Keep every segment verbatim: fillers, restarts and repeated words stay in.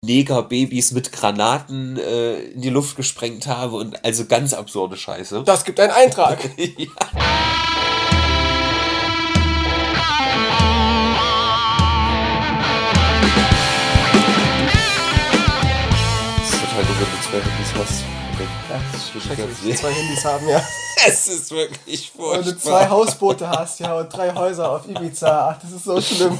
Negerbabys mit Granaten äh, in die Luft gesprengt habe und also ganz absurde Scheiße. Das gibt einen Eintrag. Ja. Zwei Handys hast. Das ist schrecklich. Zwei Handys haben, ja. Es ist wirklich furchtbar. Und du zwei Hausboote hast, ja, und drei Häuser auf Ibiza. Ach, das ist so schlimm.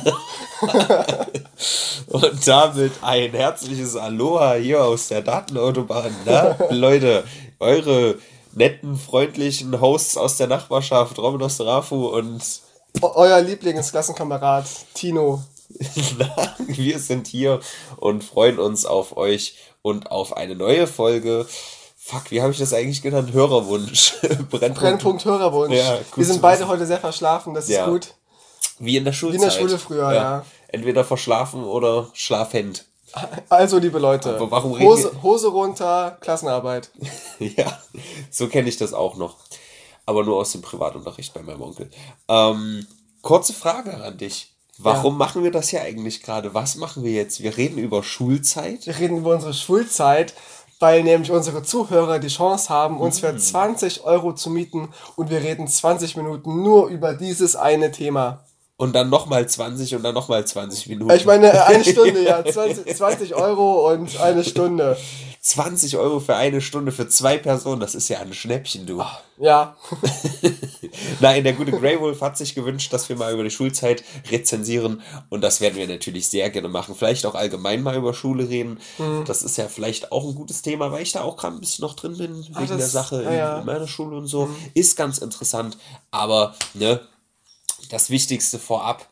Und damit ein herzliches Aloha hier aus der Datenautobahn. Na, Leute, eure netten, freundlichen Hosts aus der Nachbarschaft, Romanos Rafu und O- euer Lieblingsklassenkamerad Tino. Na, wir sind hier und freuen uns auf euch und auf eine neue Folge. Fuck, wie habe ich das eigentlich genannt? Hörerwunsch. Brennpunkt, Brennpunkt Hörerwunsch. Ja, wir sind beide heute sehr verschlafen, das ja. ist gut. Wie in der Schulzeit. Wie in der Schule früher, ja. ja. Entweder verschlafen oder schlafend. Also, liebe Leute, aber warum Hose, Hose runter, Klassenarbeit. Ja, so kenne ich das auch noch. Aber nur aus dem Privatunterricht bei meinem Onkel. Ähm, kurze Frage an dich. Warum ja. machen wir das hier eigentlich gerade? Was machen wir jetzt? Wir reden über Schulzeit. Wir reden über unsere Schulzeit, weil nämlich unsere Zuhörer die Chance haben, uns für zwanzig Euro zu mieten und wir reden zwanzig Minuten nur über dieses eine Thema. Und dann nochmal zwanzig und dann nochmal zwanzig Minuten. Ich meine, eine Stunde, ja. zwanzig, zwanzig Euro und eine Stunde. zwanzig Euro für eine Stunde für zwei Personen, das ist ja ein Schnäppchen, du. Ja. Nein, der gute Grey Wolf hat sich gewünscht, dass wir mal über die Schulzeit rezensieren und das werden wir natürlich sehr gerne machen. Vielleicht auch allgemein mal über Schule reden. Mhm. Das ist ja vielleicht auch ein gutes Thema, weil ich da auch gerade ein bisschen noch drin bin, wegen Ach, das, der Sache in, ja. in meiner Schule und so. Mhm. Ist ganz interessant, aber ne, das Wichtigste vorab,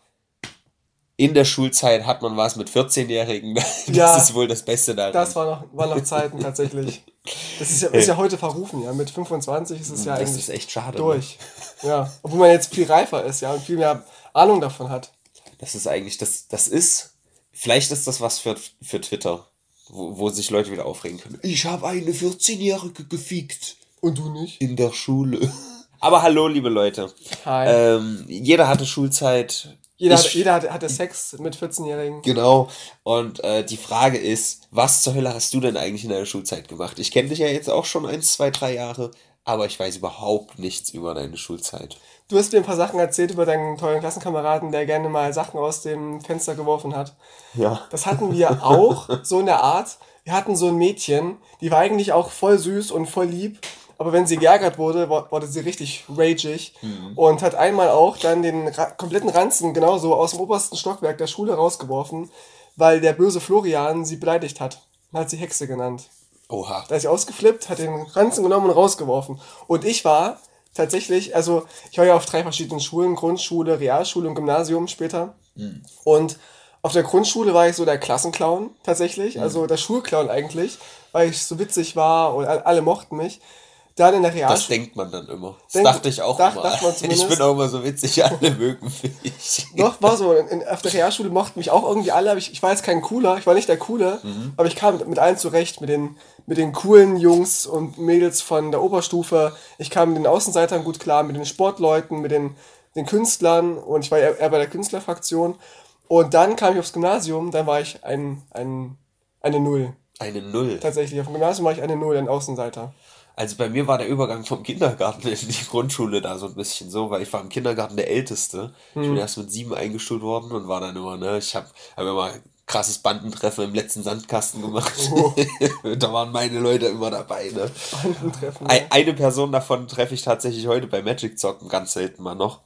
in der Schulzeit hat man was mit vierzehnjährigen. Das ja, ist wohl das Beste daran. Das war noch, war noch Zeiten tatsächlich. Das ist ja, ist ja heute verrufen, ja. Mit fünfundzwanzig ist es ja das eigentlich ist echt schade, durch. Ne? Ja. Obwohl man jetzt viel reifer ist, ja, und viel mehr Ahnung davon hat. Das ist eigentlich, das, das ist, vielleicht ist das was für, für Twitter, wo, wo sich Leute wieder aufregen können. Ich habe eine vierzehnjährige gefickt. Und du nicht? In der Schule. Aber hallo, liebe Leute. Hi. Ähm, jeder hatte Schulzeit. Jeder, ich, hat, jeder hatte, hatte Sex mit vierzehnjährigen. Genau. Und äh, die Frage ist, was zur Hölle hast du denn eigentlich in deiner Schulzeit gemacht? Ich kenne dich ja jetzt auch schon eins, zwei, drei Jahre, aber ich weiß überhaupt nichts über deine Schulzeit. Du hast mir ein paar Sachen erzählt über deinen tollen Klassenkameraden, der gerne mal Sachen aus dem Fenster geworfen hat. Ja. Das hatten wir auch, so in der Art. Wir hatten so ein Mädchen, die war eigentlich auch voll süß und voll lieb. Aber wenn sie geärgert wurde, wurde sie richtig ragig mhm. und hat einmal auch dann den ra- kompletten Ranzen genauso aus dem obersten Stockwerk der Schule rausgeworfen, weil der böse Florian sie beleidigt hat. Man hat sie Hexe genannt. Oha. Da ist sie ausgeflippt, hat den Ranzen genommen und rausgeworfen. Und ich war tatsächlich, also ich war ja auf drei verschiedenen Schulen, Grundschule, Realschule und Gymnasium später. Mhm. Und auf der Grundschule war ich so der Klassenclown tatsächlich, mhm. also der Schulclown eigentlich, weil ich so witzig war und alle mochten mich. Dann in der Realschule. Das denkt man dann immer. Das Denk, dachte ich auch dach, immer. Ich bin auch immer so witzig, alle mögen mich. Doch, war so. In, auf der Realschule mochten mich auch irgendwie alle, aber ich, ich war jetzt kein Cooler, ich war nicht der Coole, mhm. aber ich kam mit, mit allen zurecht, mit den, mit den coolen Jungs und Mädels von der Oberstufe. Ich kam mit den Außenseitern gut klar, mit den Sportleuten, mit den, den Künstlern und ich war eher, eher bei der Künstlerfraktion. Und dann kam ich aufs Gymnasium, dann war ich ein, ein, eine Null. Eine Null? Tatsächlich, auf dem Gymnasium war ich eine Null, ein Außenseiter. Also bei mir war der Übergang vom Kindergarten in die Grundschule da so ein bisschen so, weil ich war im Kindergarten der Älteste. Hm. Ich bin erst mit sieben eingeschult worden und war dann immer, ne, ich habe hab immer krasses Bandentreffen im letzten Sandkasten gemacht. Oh. Da waren meine Leute immer dabei, ne. Bandentreffen. Ja. Eine Person davon treffe ich tatsächlich heute bei Magic zocken, ganz selten mal noch.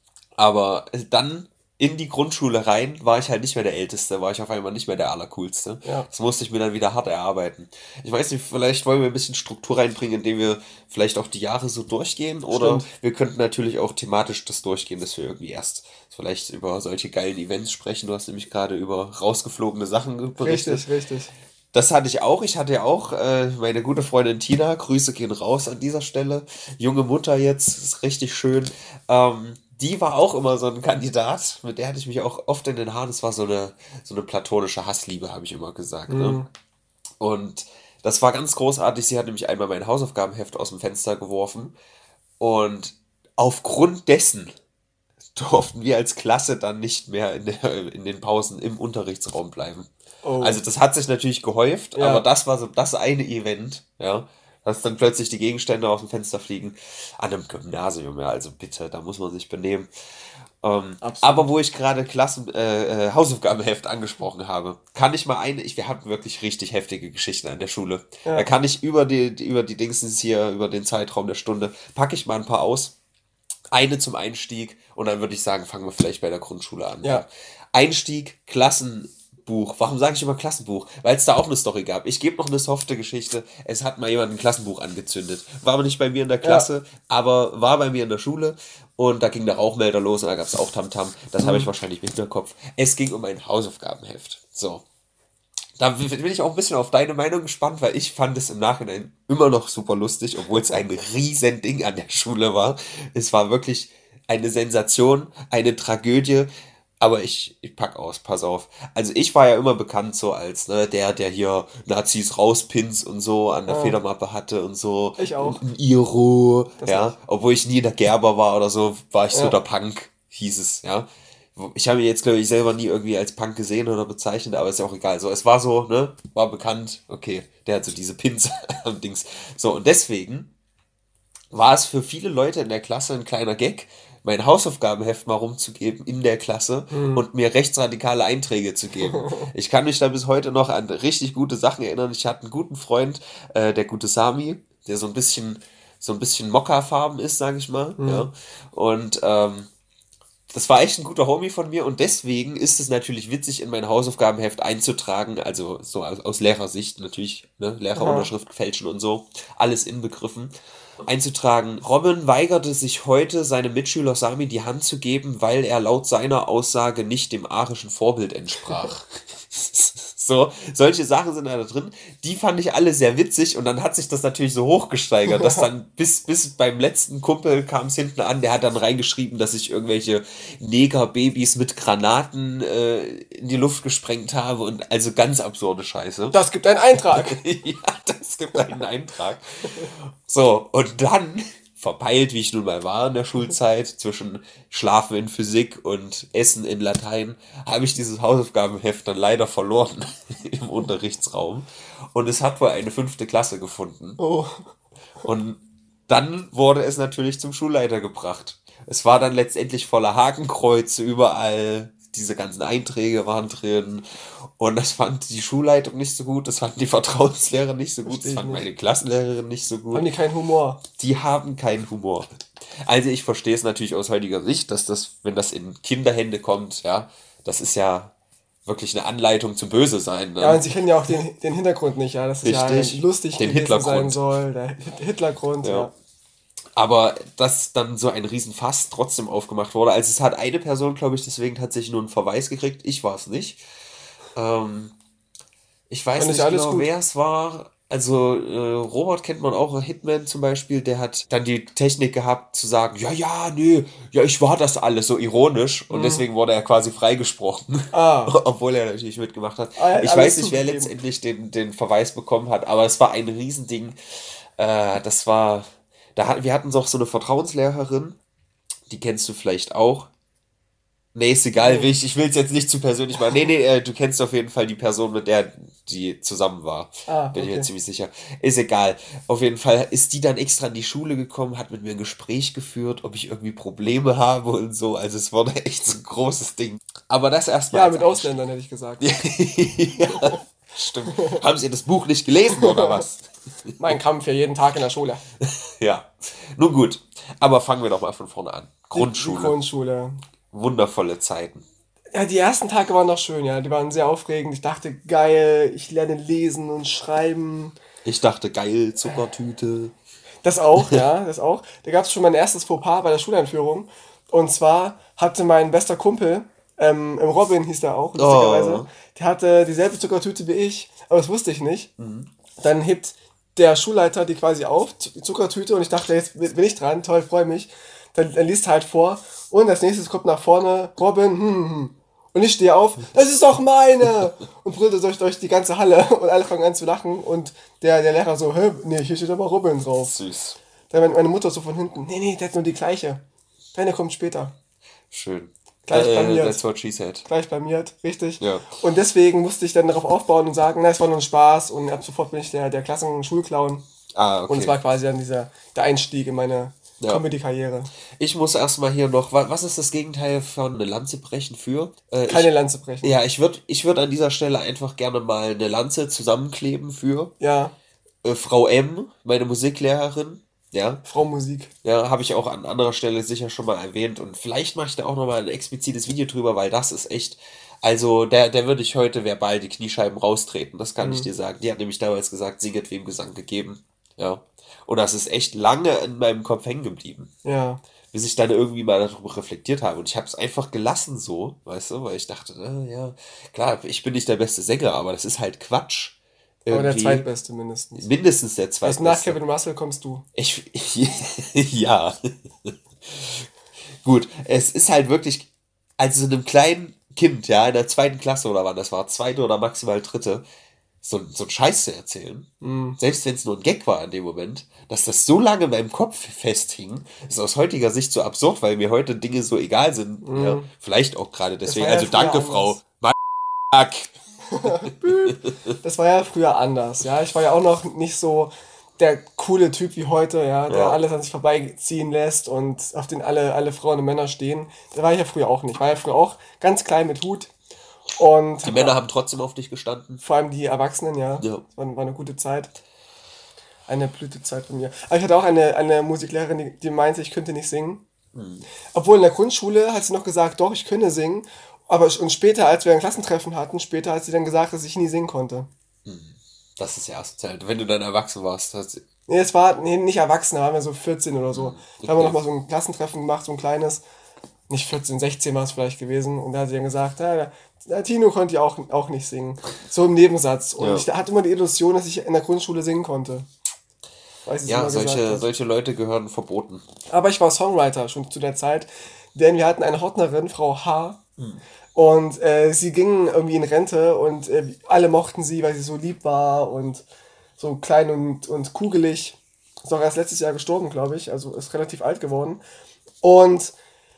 Aber dann in die Grundschule rein war ich halt nicht mehr der Älteste, war ich auf einmal nicht mehr der Allercoolste. Ja. Das musste ich mir dann wieder hart erarbeiten. Ich weiß nicht, vielleicht wollen wir ein bisschen Struktur reinbringen, indem wir vielleicht auch die Jahre so durchgehen. Oder Stimmt. wir könnten natürlich auch thematisch das durchgehen, dass wir irgendwie erst vielleicht über solche geilen Events sprechen. Du hast nämlich gerade über rausgeflogene Sachen berichtet. Richtig, richtig. Das hatte ich auch. Ich hatte ja auch äh, meine gute Freundin Tina. Grüße gehen raus an dieser Stelle. Junge Mutter jetzt, ist richtig schön. Ähm, Die war auch immer so ein Kandidat, mit der hatte ich mich auch oft in den Haaren. Das war so eine, so eine platonische Hassliebe, habe ich immer gesagt. Ne? Mhm. Und das war ganz großartig. Sie hat nämlich einmal mein Hausaufgabenheft aus dem Fenster geworfen. Und aufgrund dessen durften wir als Klasse dann nicht mehr in, der, in den Pausen im Unterrichtsraum bleiben. Oh. Also das hat sich natürlich gehäuft, ja. aber das war so das eine Event, ja, dass dann plötzlich die Gegenstände aus dem Fenster fliegen. An einem Gymnasium, ja, also bitte, da muss man sich benehmen. Ähm, aber wo ich gerade Klassen äh, äh, Hausaufgabenheft angesprochen habe, kann ich mal eine, ich, wir hatten wirklich richtig heftige Geschichten an der Schule. Ja. Da kann ich über die, die über die Dingsens hier, über den Zeitraum der Stunde, packe ich mal ein paar aus. Eine zum Einstieg und dann würde ich sagen, fangen wir vielleicht bei der Grundschule an. Ja. Einstieg, Klassenbuch. Warum sage ich immer Klassenbuch? Weil es da auch eine Story gab. Ich gebe noch eine softe Geschichte. Es hat mal jemand ein Klassenbuch angezündet. War aber nicht bei mir in der Klasse, ja. aber war bei mir in der Schule. Und da ging der Rauchmelder los und da gab es auch Tamtam. Das mhm. habe ich wahrscheinlich im Hinterkopf. Es ging um ein Hausaufgabenheft. So. Da bin ich auch ein bisschen auf deine Meinung gespannt, weil ich fand es im Nachhinein immer noch super lustig, obwohl es ein riesen Ding an der Schule war. Es war wirklich eine Sensation, eine Tragödie. Aber ich, ich pack aus, pass auf. Also ich war ja immer bekannt so als ne, der, der hier Nazis rauspins und so an der oh. Federmappe hatte und so. Ich auch. Ein Iro, das ja. Nicht. Obwohl ich nie in der Gerber war oder so, war ich ja. so der Punk, hieß es, ja. Ich habe mich jetzt, glaube ich, selber nie irgendwie als Punk gesehen oder bezeichnet, aber ist ja auch egal. So, es war so, ne, war bekannt, okay, der hat so diese Pins am Dings. So, und deswegen war es für viele Leute in der Klasse ein kleiner Gag, mein Hausaufgabenheft mal rumzugeben in der Klasse mhm. und mir rechtsradikale Einträge zu geben. Ich kann mich da bis heute noch an richtig gute Sachen erinnern. Ich hatte einen guten Freund, äh, der gute Sami, der so ein bisschen, so ein bisschen Mokka-Farben ist, sage ich mal. Mhm. Ja. Und ähm, das war echt ein guter Homie von mir und deswegen ist es natürlich witzig, in mein Hausaufgabenheft einzutragen, also so aus, aus Lehrersicht natürlich, ne, Lehrerunterschrift fälschen und so, alles inbegriffen. Einzutragen, Robin weigerte sich heute, seinem Mitschüler Sami die Hand zu geben, weil er laut seiner Aussage nicht dem arischen Vorbild entsprach. So, solche Sachen sind da drin. Die fand ich alle sehr witzig und dann hat sich das natürlich so hochgesteigert, dass dann bis, bis beim letzten Kumpel kam es hinten an, der hat dann reingeschrieben, dass ich irgendwelche Negerbabys mit Granaten äh, in die Luft gesprengt habe und also ganz absurde Scheiße. Das gibt einen Eintrag. Ja, das gibt einen Eintrag. So, und dann, verpeilt, wie ich nun mal war in der Schulzeit, zwischen Schlafen in Physik und Essen in Latein, habe ich dieses Hausaufgabenheft dann leider verloren im Unterrichtsraum. Und es hat wohl eine fünfte Klasse gefunden. Oh. Und dann wurde es natürlich zum Schulleiter gebracht. Es war dann letztendlich voller Hakenkreuze überall. Diese ganzen Einträge waren drin und das fand die Schulleitung nicht so gut, das fanden die Vertrauenslehrer nicht so gut, Verstehe das fand meine Klassenlehrerin nicht so gut. Haben die keinen Humor? Die haben keinen Humor. Also ich verstehe es natürlich aus heutiger Sicht, dass das, wenn das in Kinderhände kommt, ja, das ist ja wirklich eine Anleitung zum Böse sein. Ne? Ja, und sie kennen ja auch den, den Hintergrund nicht, ja, dass es Richtig. ja lustig den gewesen sein soll, der Hitlergrund, ja. ja. Aber dass dann so ein Riesenfass trotzdem aufgemacht wurde. Also es hat eine Person, glaube ich, deswegen tatsächlich nur einen Verweis gekriegt. Ich war es nicht. Ähm, ich weiß nicht genau, wer es war. Also äh, Robert kennt man auch, Hitman zum Beispiel, der hat dann die Technik gehabt zu sagen, ja, ja, nee, ja, ich war das alles, so ironisch. Und mhm. deswegen wurde er quasi freigesprochen. Ah. Obwohl er natürlich mitgemacht hat. Ah, ich weiß nicht, wer letztendlich den, den Verweis bekommen hat, aber es war ein Riesending. Äh, das war... Da hat, wir hatten doch so eine Vertrauenslehrerin, die kennst du vielleicht auch. Nee, ist egal, nee. ich, ich will es jetzt nicht zu persönlich machen. Nee, nee, äh, du kennst auf jeden Fall die Person, mit der die zusammen war. Ah, Bin okay. ich mir ziemlich sicher. Ist egal. Auf jeden Fall ist die dann extra in die Schule gekommen, hat mit mir ein Gespräch geführt, ob ich irgendwie Probleme habe und so. Also es wurde echt so ein großes Ding. Aber das erstmal. Ja, mit Ausländern hätte ich gesagt. Ja, stimmt. Haben Sie das Buch nicht gelesen oder was? Mein Kampf ja jeden Tag in der Schule. Ja, nun gut. Aber fangen wir doch mal von vorne an. Grundschule. Die, die Grundschule. Wundervolle Zeiten. Ja, die ersten Tage waren noch schön, ja. Die waren sehr aufregend. Ich dachte, geil, ich lerne lesen und schreiben. Ich dachte, geil, Zuckertüte. Das auch, ja, das auch. Da gab es schon mein erstes Fauxpas bei der Schuleinführung. Und zwar hatte mein bester Kumpel, ähm, Robin hieß der auch, lustigerweise, oh. der hatte dieselbe Zuckertüte wie ich, aber das wusste ich nicht. Mhm. Dann hebt der Schulleiter die quasi auf, die Zuckertüte, und ich dachte, jetzt bin ich dran, toll, freue mich. Dann, dann liest er halt vor und als nächstes kommt nach vorne Robin, hm, hm. Und ich stehe auf, das ist doch meine! Und brüllte durch, durch die ganze Halle und alle fangen an zu lachen und der, der Lehrer so, hä, nee, hier steht aber Robin drauf. Süß. Dann meine Mutter so von hinten, nee, nee, der hat nur die gleiche. Deine kommt später. Schön. Gleich äh, blamiert. That's what she said. Gleich blamiert, richtig. Ja. Und deswegen musste ich dann darauf aufbauen und sagen, na, es war nur ein Spaß und ab sofort bin ich der, der Klassen- und Schulclown. Ah, okay. Und es war quasi dann dieser, der Einstieg in meine ja. Comedy-Karriere. Ich muss erstmal hier noch, was ist das Gegenteil von eine Lanze brechen für? Äh, Keine ich, Lanze brechen. Ja, ich würde ich würd an dieser Stelle einfach gerne mal eine Lanze zusammenkleben für ja. äh, Frau M., meine Musiklehrerin. Ja. Frau Musik. Ja, habe ich auch an anderer Stelle sicher schon mal erwähnt. Und vielleicht mache ich da auch nochmal ein explizites Video drüber, weil das ist echt, also der, der würde ich heute verbal die Kniescheiben raustreten, das kann mhm. ich dir sagen. Die hat nämlich damals gesagt, singet wem Gesang gegeben. Ja. Und das ist echt lange in meinem Kopf hängen geblieben. Ja. Bis ich dann irgendwie mal darüber reflektiert habe. Und ich habe es einfach gelassen so, weißt du, weil ich dachte, na, ja, klar, ich bin nicht der beste Sänger, aber das ist halt Quatsch. Aber der zweitbeste mindestens. Mindestens der zweitbeste. Also nach Kevin Russell kommst du. Ich, ja. Gut, es ist halt wirklich, also einem kleinen Kind, ja, in der zweiten Klasse oder wann das war, zweite oder maximal dritte, so, so einen Scheiß zu erzählen, mm. selbst wenn es nur ein Gag war in dem Moment, dass das so lange in meinem Kopf festhing, ist aus heutiger Sicht so absurd, weil mir heute Dinge so egal sind. Mm. Ja, vielleicht auch gerade deswegen. Ja also danke, anders. Frau. Mark. Das war ja früher anders, ja. Ich war ja auch noch nicht so der coole Typ wie heute, ja, der ja. alles an sich vorbeiziehen lässt und auf den alle, alle Frauen und Männer stehen. Da war ich ja früher auch nicht. Ich war ja früher auch ganz klein mit Hut. Und die Männer haben trotzdem auf dich gestanden. Vor allem die Erwachsenen, ja. ja. Das war, war eine gute Zeit. Eine Blütezeit von mir. Aber ich hatte auch eine, eine Musiklehrerin, die, die meinte, ich könnte nicht singen. Hm. Obwohl in der Grundschule hat sie noch gesagt, doch, ich könne singen. Aber und später, als wir ein Klassentreffen hatten, später hat sie dann gesagt, dass ich nie singen konnte. Das ist ja asozial. Wenn du dann erwachsen warst. Hast du nee, es war nee, nicht erwachsen, da waren wir so vierzehn oder so. Okay. Da haben wir nochmal so ein Klassentreffen gemacht, so ein kleines. Nicht vierzehn, sechzehn war es vielleicht gewesen. Und da hat sie dann gesagt, ja, der Tino konnte ja auch, auch nicht singen. So im Nebensatz. Und ja. ich hatte immer die Illusion, dass ich in der Grundschule singen konnte. Weiß ja, solche, solche Leute gehören verboten. Aber ich war Songwriter schon zu der Zeit. Denn wir hatten eine Hortnerin, Frau H., hm. Und äh, sie ging irgendwie in Rente und äh, alle mochten sie, weil sie so lieb war und so klein und, und kugelig. Ist auch erst letztes Jahr gestorben, glaube ich. Also ist relativ alt geworden. Und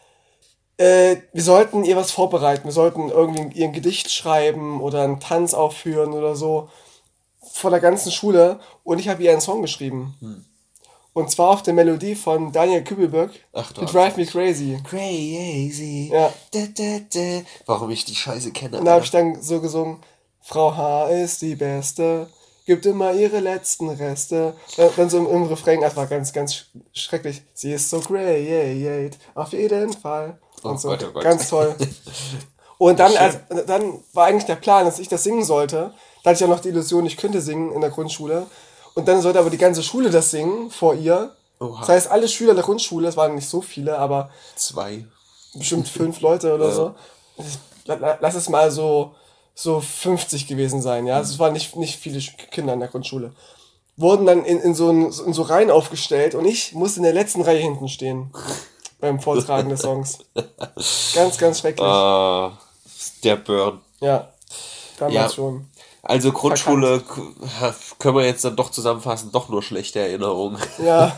äh, wir sollten ihr was vorbereiten. Wir sollten irgendwie ihr ein Gedicht schreiben oder einen Tanz aufführen oder so. Vor der ganzen Schule. Und ich habe ihr einen Song geschrieben. Hm. Und zwar auf der Melodie von Daniel Kübelberg. Ach du. Drive Me Crazy. Crazy. Ja. Da, da, da. Warum ich die Scheiße kenne. Und da habe ich dann so gesungen, Frau H. ist die Beste, gibt immer ihre letzten Reste. Dann so im, im Refrain, das war ganz, ganz schrecklich. Sie ist so great, auf jeden Fall. Und oh so. Gott, oh Gott. Ganz toll. Und dann, als, dann war eigentlich der Plan, dass ich das singen sollte. Da hatte ich ja noch die Illusion, ich könnte singen in der Grundschule. Und dann sollte aber die ganze Schule das singen vor ihr. Oha. Das heißt, alle Schüler der Grundschule, es waren nicht so viele, aber zwei. Bestimmt fünf Leute oder ja. so. Lass es mal so, so fünfzig gewesen sein, ja. Es waren nicht, nicht viele Kinder in der Grundschule. Wurden dann in, in, so ein, in so Reihen aufgestellt und ich musste in der letzten Reihe hinten stehen. Beim Vortragen des Songs. Ganz, ganz schrecklich. Uh, der Burn. Ja, damals ja. schon. Also Grundschule Verkannt. Können wir jetzt dann doch zusammenfassen, doch nur schlechte Erinnerungen. Ja.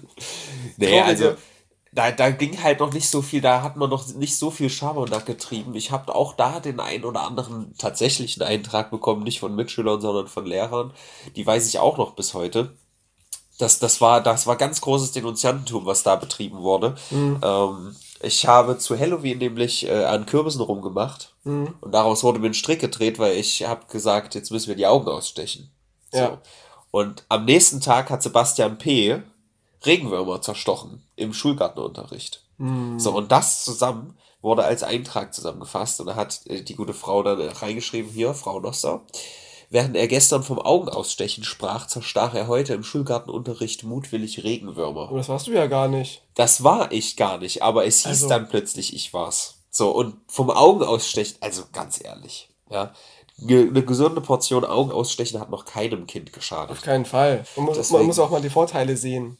Nee, also da, da ging halt noch nicht so viel, da hat man noch nicht so viel Schabernack getrieben. Ich habe auch da den einen oder anderen tatsächlichen Eintrag bekommen, nicht von Mitschülern, sondern von Lehrern. Die weiß ich auch noch bis heute. Das, das, war, das war ganz großes Denunziantentum, was da betrieben wurde. Mhm. Ähm, ich habe zu Halloween nämlich äh, an Kürbissen rumgemacht. Mhm. Und daraus wurde mir ein Strick gedreht, weil ich habe gesagt, jetzt müssen wir die Augen ausstechen. So. Ja. Und am nächsten Tag hat Sebastian P. Regenwürmer zerstochen im Schulgartenunterricht. Mhm. So, und das zusammen wurde als Eintrag zusammengefasst. Und da hat äh, die gute Frau dann reingeschrieben, hier, Frau Noster, während er gestern vom Augenausstechen sprach, zerstach er heute im Schulgartenunterricht mutwillig Regenwürmer. Aber das warst du ja gar nicht. Das war ich gar nicht, aber es hieß also. dann plötzlich, ich war's. So, und vom Augenausstechen, also ganz ehrlich, ja, eine gesunde Portion Augenausstechen hat noch keinem Kind geschadet. Auf keinen Fall. Man muss, man muss auch mal die Vorteile sehen.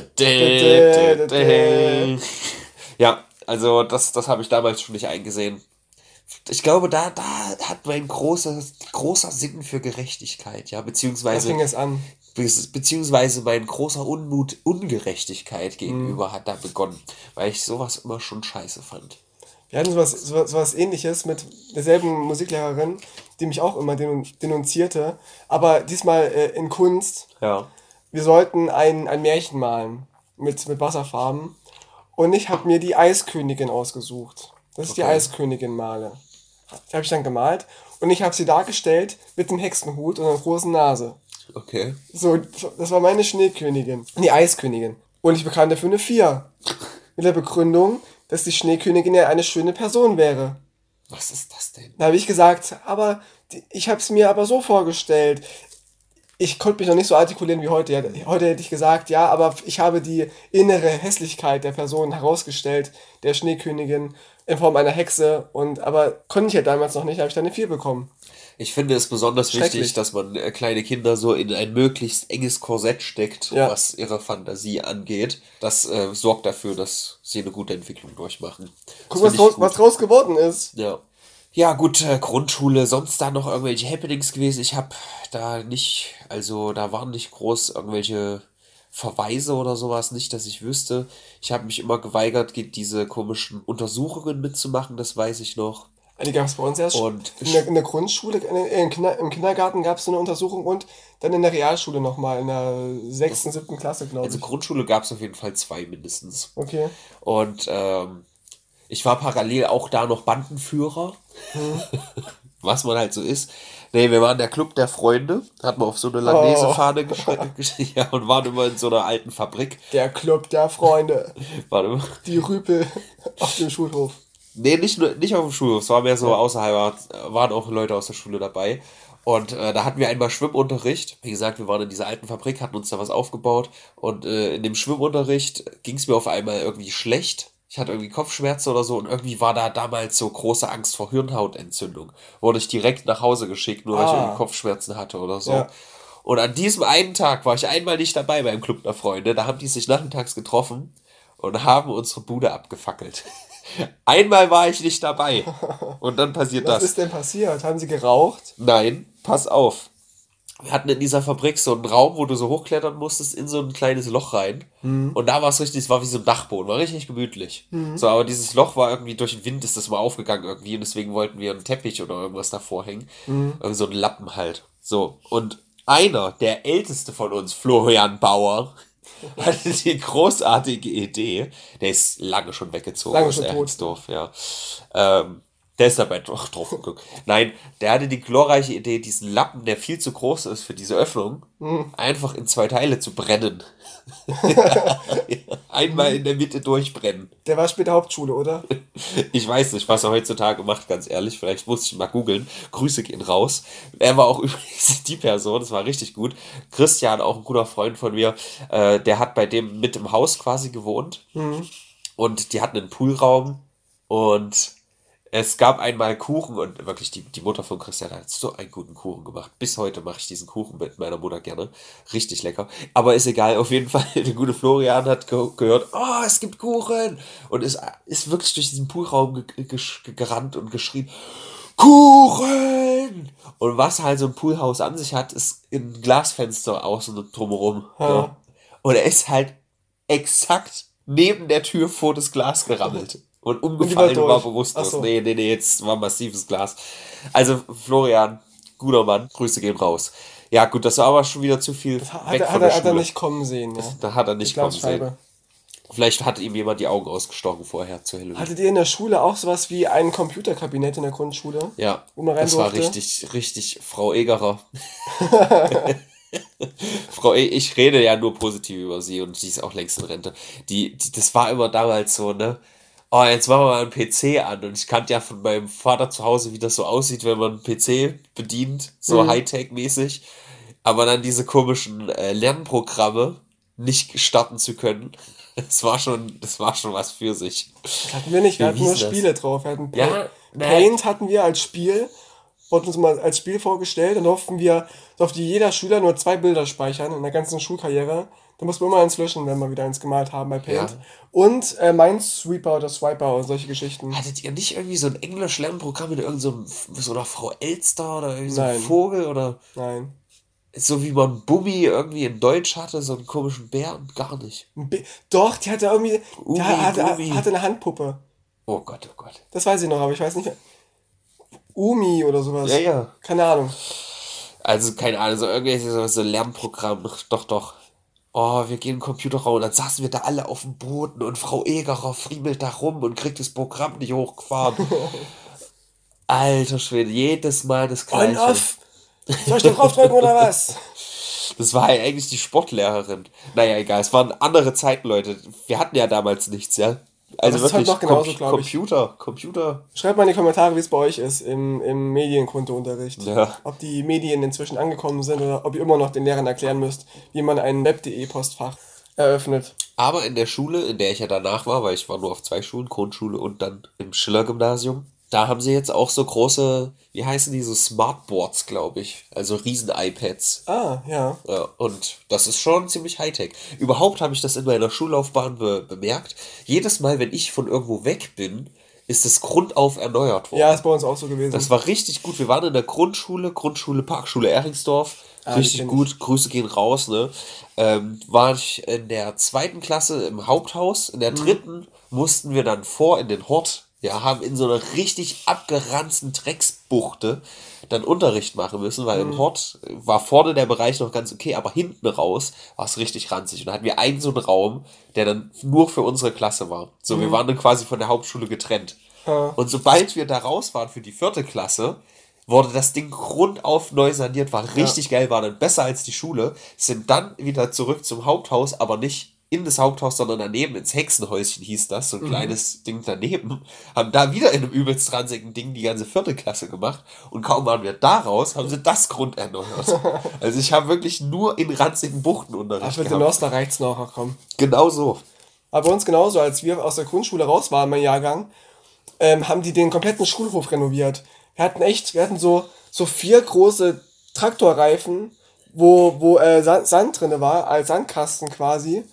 Ja, also das, das habe ich damals schon nicht eingesehen. Ich glaube, da, da hat mein großer, großer Sinn für Gerechtigkeit, ja, beziehungsweise, da fing es an. Be- beziehungsweise mein großer Unmut, Ungerechtigkeit gegenüber mm. hat da begonnen, weil ich sowas immer schon scheiße fand. Wir hatten sowas, sowas, sowas ähnliches mit derselben Musiklehrerin, die mich auch immer denun- denunzierte, aber diesmal äh, in Kunst. Ja. Wir sollten ein, ein Märchen malen mit, mit Wasserfarben und ich habe mir die Eiskönigin ausgesucht, dass ich Okay. die Eiskönigin male. Die habe ich dann gemalt und ich habe sie dargestellt mit dem Hexenhut und einer großen Nase. Okay. So, das war meine Schneekönigin, die Eiskönigin. Und ich bekam dafür eine vier. Mit der Begründung, dass die Schneekönigin ja eine schöne Person wäre. Was ist das denn? Da habe ich gesagt, aber die- ich habe es mir aber so vorgestellt. Ich konnte mich noch nicht so artikulieren wie heute. Ja, heute hätte ich gesagt, ja, aber ich habe die innere Hässlichkeit der Person herausgestellt, der Schneekönigin, in Form einer Hexe. Und aber konnte ich ja damals noch nicht, habe ich dann eine vier bekommen. Ich finde es besonders Schrecklich. wichtig, dass man äh, kleine Kinder so in ein möglichst enges Korsett steckt, Ja. was ihre Fantasie angeht. Das äh, sorgt dafür, dass sie eine gute Entwicklung durchmachen. Guck, Das was find ich draus, gut. was draus geworden ist. Ja. Ja, gut, äh, Grundschule, sonst da noch irgendwelche Happenings gewesen. Ich habe da nicht, also da waren nicht groß irgendwelche Verweise oder sowas, nicht, dass ich wüsste. Ich habe mich immer geweigert, ge- diese komischen Untersuchungen mitzumachen, das weiß ich noch. Die gab es bei uns erst Und in der, in der Grundschule, äh, im, Kinder, im Kindergarten gab es so eine Untersuchung und dann in der Realschule nochmal, in der sechsten, siebten Klasse, glaube also ich. Grundschule gab es auf jeden Fall zwei mindestens. Okay. Und ähm, ich war parallel auch da noch Bandenführer, was man halt so ist. Nee, wir waren der Club der Freunde, hatten wir auf so eine Langnese-Fahne geschri- geschrieben ja, und waren immer in so einer alten Fabrik. Der Club der Freunde. Waren immer, Die Rüpel auf dem Schulhof. nee, nicht, nur, nicht auf dem Schulhof, es war mehr so außerhalb, waren auch Leute aus der Schule dabei. Und äh, da hatten wir einmal Schwimmunterricht. Wie gesagt, wir waren in dieser alten Fabrik, hatten uns da was aufgebaut. Und äh, in dem Schwimmunterricht ging es mir auf einmal irgendwie schlecht. Ich hatte irgendwie Kopfschmerzen oder so und irgendwie war da damals so große Angst vor Hirnhautentzündung. Wurde ich direkt nach Hause geschickt, nur weil ich Ah. irgendwie Kopfschmerzen hatte oder so. Ja. Und an diesem einen Tag war ich einmal nicht dabei beim Club der Freunde. Da haben die sich nachmittags getroffen und haben unsere Bude abgefackelt. Einmal war ich nicht dabei. Und dann passiert Was das. ist denn passiert? Haben sie geraucht? Nein, pass auf. Wir hatten in dieser Fabrik so einen Raum, wo du so hochklettern musstest, in so ein kleines Loch rein. Und da war es richtig, es war wie so ein Dachboden, war richtig gemütlich. So, aber dieses Loch war irgendwie durch den Wind, ist das mal aufgegangen irgendwie und deswegen wollten wir einen Teppich oder irgendwas davor hängen. Irgendwie so einen Lappen halt. So, und einer, der älteste von uns, Florian Bauer, hatte die großartige Idee, der ist lange schon weggezogen Lange aus schon tot. Ehrensdorf, ja. Ähm, der ist dabei doch drauf geguckt. Nein, der hatte die glorreiche Idee, diesen Lappen, der viel zu groß ist für diese Öffnung, einfach in zwei Teile zu brennen. Einmal in der Mitte durchbrennen. Der war später Hauptschule, oder? Ich weiß nicht, was er heutzutage macht, ganz ehrlich. Vielleicht muss ich mal googeln. Grüße gehen raus. Er war auch übrigens die Person, das war richtig gut. Christian, auch ein guter Freund von mir, äh, der hat bei dem mit im Haus quasi gewohnt. Und die hatten einen Poolraum und es gab einmal Kuchen und wirklich die, die Mutter von Christian hat so einen guten Kuchen gemacht. Bis heute mache ich diesen Kuchen mit meiner Mutter gerne. Richtig lecker. Aber ist egal, auf jeden Fall, der gute Florian hat ge gehört, oh, es gibt Kuchen. Und ist, ist wirklich durch diesen Poolraum ge ge gerannt und geschrien, Kuchen! Und was halt so ein Poolhaus an sich hat, ist ein Glasfenster außen und drumherum. Ja. Und er ist halt exakt neben der Tür vor das Glas gerammelt. Und umgefallen und war bewusstlos. So. Nee, nee, nee, jetzt war massives Glas. Also, Florian, guter Mann, Grüße gehen raus. Ja, gut, das war aber schon wieder zu viel Hat, weg er, von hat, der er, hat er Schule. nicht kommen sehen, ja. Da hat er nicht Die kommen sehen. Glasscheibe. Vielleicht hat ihm jemand die Augen ausgestochen vorher zu Halloween. Hattet ihr in der Schule auch sowas wie ein Computerkabinett in der Grundschule? Ja, wo man rein das war durfte? richtig, richtig Frau Egerer. Frau E, ich rede ja nur positiv über sie und die ist auch längst in Rente. Die, die, das war immer damals so, ne? Oh, jetzt machen wir mal einen P C an. Und ich kannte ja von meinem Vater zu Hause, wie das so aussieht, wenn man einen P C bedient, so Mhm. Hightech-mäßig. Aber dann diese komischen äh, Lernprogramme nicht starten zu können, das war schon, das war schon was für sich. Das hatten wir nicht, wir Wie hatten nur hieß das? Spiele drauf. Wir hatten Pa- Ja, ne. Paint hatten wir als Spiel, wurden uns mal als Spiel vorgestellt, dann durften wir, durfte jeder Schüler nur zwei Bilder speichern in der ganzen Schulkarriere. Da mussten wir immer eins löschen, wenn wir wieder eins gemalt haben bei Paint. Ja. Und äh, Minesweeper oder Swiper und solche Geschichten. Hattet ihr nicht irgendwie so ein Englisch-Lernprogramm mit irgend so, einem, so einer Frau Elster oder irgendwie so einem Nein. Vogel oder Nein. so wie man Bummi irgendwie in Deutsch hatte, so einen komischen Bären? Gar nicht. Ein Bi- Doch, die hatte irgendwie, die Umi, hatte, Umi. hatte eine Handpuppe. Oh Gott, oh Gott. Das weiß ich noch, aber ich weiß nicht mehr. Umi oder sowas. Ja, ja. Keine Ahnung. Also, keine Ahnung, so irgendwelche so, so Lernprogramme. Doch, doch. Oh, wir gehen in den Computerraum und dann saßen wir da alle auf dem Boden und Frau Egerer friemelt da rum und kriegt das Programm nicht hochgefahren. Alter Schwede, jedes Mal das Gleiche. On, off! Soll ich da draufdrücken oder was? Das war ja eigentlich die Sportlehrerin. Naja, egal, es waren andere Zeiten, Leute. Wir hatten ja damals nichts, ja. Also das ist heute wirklich, noch genauso, Com- glaube ich. Computer, Computer. Schreibt mal in die Kommentare, wie es bei euch ist im, im Medienkundeunterricht. Ja. Ob die Medien inzwischen angekommen sind oder ob ihr immer noch den Lehrern erklären müsst, wie man ein web punkt de Postfach eröffnet. Aber in der Schule, in der ich ja danach war, weil ich war nur auf zwei Schulen, Grundschule und dann im Schiller-Gymnasium, da haben sie jetzt auch so große, wie heißen die, so Smartboards, glaube ich. Also Riesen-iPads. Ah, ja. Ja, und das ist schon ziemlich Hightech. Überhaupt habe ich das in meiner Schullaufbahn be- bemerkt. Jedes Mal, wenn ich von irgendwo weg bin, ist es grundauf erneuert worden. Ja, ist bei uns auch so gewesen. Das war richtig gut. Wir waren in der Grundschule, Grundschule Parkschule Eringsdorf. Ah, die richtig kenn gut. Grüße gehen raus, ne? Ähm, war ich in der zweiten Klasse im Haupthaus. In der dritten mussten wir dann vor in den Hort. Ja, haben in so einer richtig abgeranzten Drecksbuchte dann Unterricht machen müssen, weil im Hort war vorne der Bereich noch ganz okay, aber hinten raus war es richtig ranzig. Und da hatten wir einen so einen Raum, der dann nur für unsere Klasse war. So, wir waren dann quasi von der Hauptschule getrennt. Ja. Und sobald wir da raus waren für die vierte Klasse, wurde das Ding grundauf neu saniert, war richtig geil, war dann besser als die Schule, sind dann wieder zurück zum Haupthaus, aber nicht in das Haupthaus, sondern daneben ins Hexenhäuschen hieß das, so ein kleines Ding daneben, haben da wieder in einem übelst ranzigen Ding die ganze vierte Klasse gemacht und kaum waren wir da raus, haben sie das Grund erneuert. Also ich habe wirklich nur in ranzigen Buchten Unterricht Ach, für den gehabt. Nostler reicht's noch, ach komm. Genau so. Aber bei uns genauso, als wir aus der Grundschule raus waren, mein Jahrgang, ähm, haben die den kompletten Schulhof renoviert. Wir hatten echt, wir hatten so, so vier große Traktorreifen, wo, wo äh, Sand, Sand drin war, als Sandkasten quasi.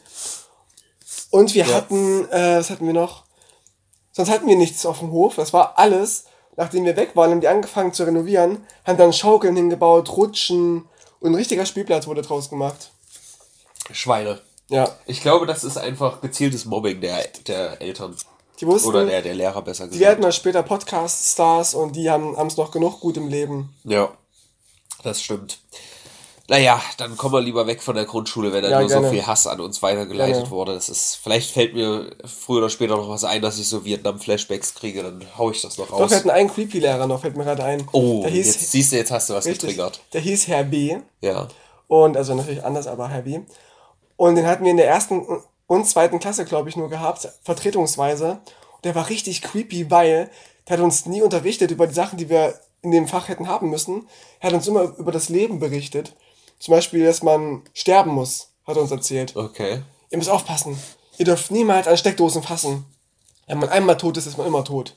Und wir Ja. hatten, äh, was hatten wir noch? Sonst hatten wir nichts auf dem Hof. Das war alles. Nachdem wir weg waren, haben die angefangen zu renovieren, haben dann Schaukeln hingebaut, Rutschen und ein richtiger Spielplatz wurde draus gemacht. Schweine. Ja. Ich glaube, das ist einfach gezieltes Mobbing der, der Eltern. Die wussten, Oder der, der Lehrer besser die gesagt. werden mal später Podcast-Stars und die haben es noch genug gut im Leben. Ja, das stimmt. Naja, dann kommen wir lieber weg von der Grundschule, wenn da Ja, nur gerne. so viel Hass an uns weitergeleitet Gerne. wurde. Das ist, vielleicht fällt mir früher oder später noch was ein, dass ich so Vietnam-Flashbacks kriege, dann hau ich das noch Doch, raus. wir hatten einen Creepy-Lehrer noch, fällt mir gerade ein. Oh, der hieß, jetzt siehst du, jetzt hast du was richtig, getriggert. der hieß Herr B. Ja. Und, also natürlich anders, aber Herr B. Und den hatten wir in der ersten und zweiten Klasse, glaube ich, nur gehabt, vertretungsweise. Und der war richtig creepy, weil der hat uns nie unterrichtet über die Sachen, die wir in dem Fach hätten haben müssen. Er hat uns immer über das Leben berichtet. Zum Beispiel, dass man sterben muss, hat er uns erzählt. Okay. Ihr müsst aufpassen. Ihr dürft niemals an Steckdosen fassen. Wenn man einmal tot ist, ist man immer tot.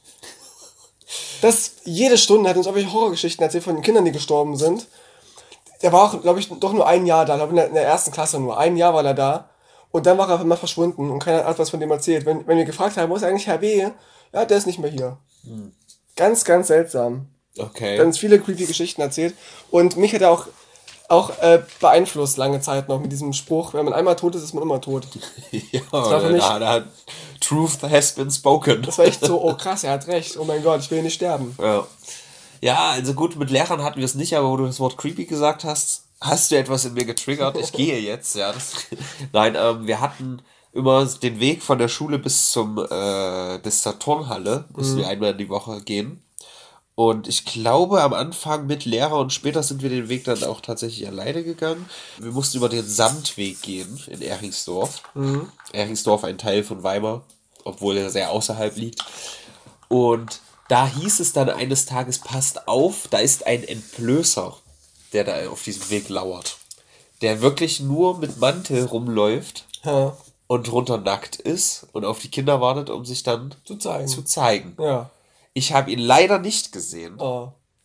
Das, jede Stunde hat uns irgendwelche Horrorgeschichten erzählt von den Kindern, die gestorben sind. Der war auch, glaube ich, doch nur ein Jahr da. Glaube in der, in der ersten Klasse nur. Ein Jahr war er da. Und dann war er immer verschwunden und keiner hat was von dem erzählt. Wenn, wenn wir gefragt haben, wo ist eigentlich Herr B? Ja, der ist nicht mehr hier. Hm. Ganz, ganz seltsam. Okay. Ganz viele creepy Geschichten erzählt. Und mich hat er auch, auch äh, beeinflusst lange Zeit noch mit diesem Spruch, wenn man einmal tot ist, ist man immer tot. ja, war für mich- da, da, Truth has been spoken. Das war echt so, oh krass, er hat recht. Oh mein Gott, ich will nicht sterben. Ja. Ja, also gut, mit Lehrern hatten wir es nicht, aber wo du das Wort creepy gesagt hast, hast du etwas in mir getriggert. Ich gehe jetzt, ja. Das, nein, ähm, wir hatten immer den Weg von der Schule bis zum äh, bis zur Turnhalle, mussten wir einmal in die Woche gehen. Und ich glaube am Anfang mit Lehrer und später sind wir den Weg dann auch tatsächlich alleine gegangen. Wir mussten über den Sandweg gehen in Eringsdorf. Mhm. Eringsdorf, ein Teil von Weimar, obwohl er sehr außerhalb liegt. Und da hieß es dann eines Tages, passt auf, da ist ein Entblößer, der da auf diesem Weg lauert. Der wirklich nur mit Mantel rumläuft Ja, und drunter nackt ist und auf die Kinder wartet, um sich dann zu zeigen. zu zeigen. Ja. Ich habe ihn leider nicht gesehen. Oh.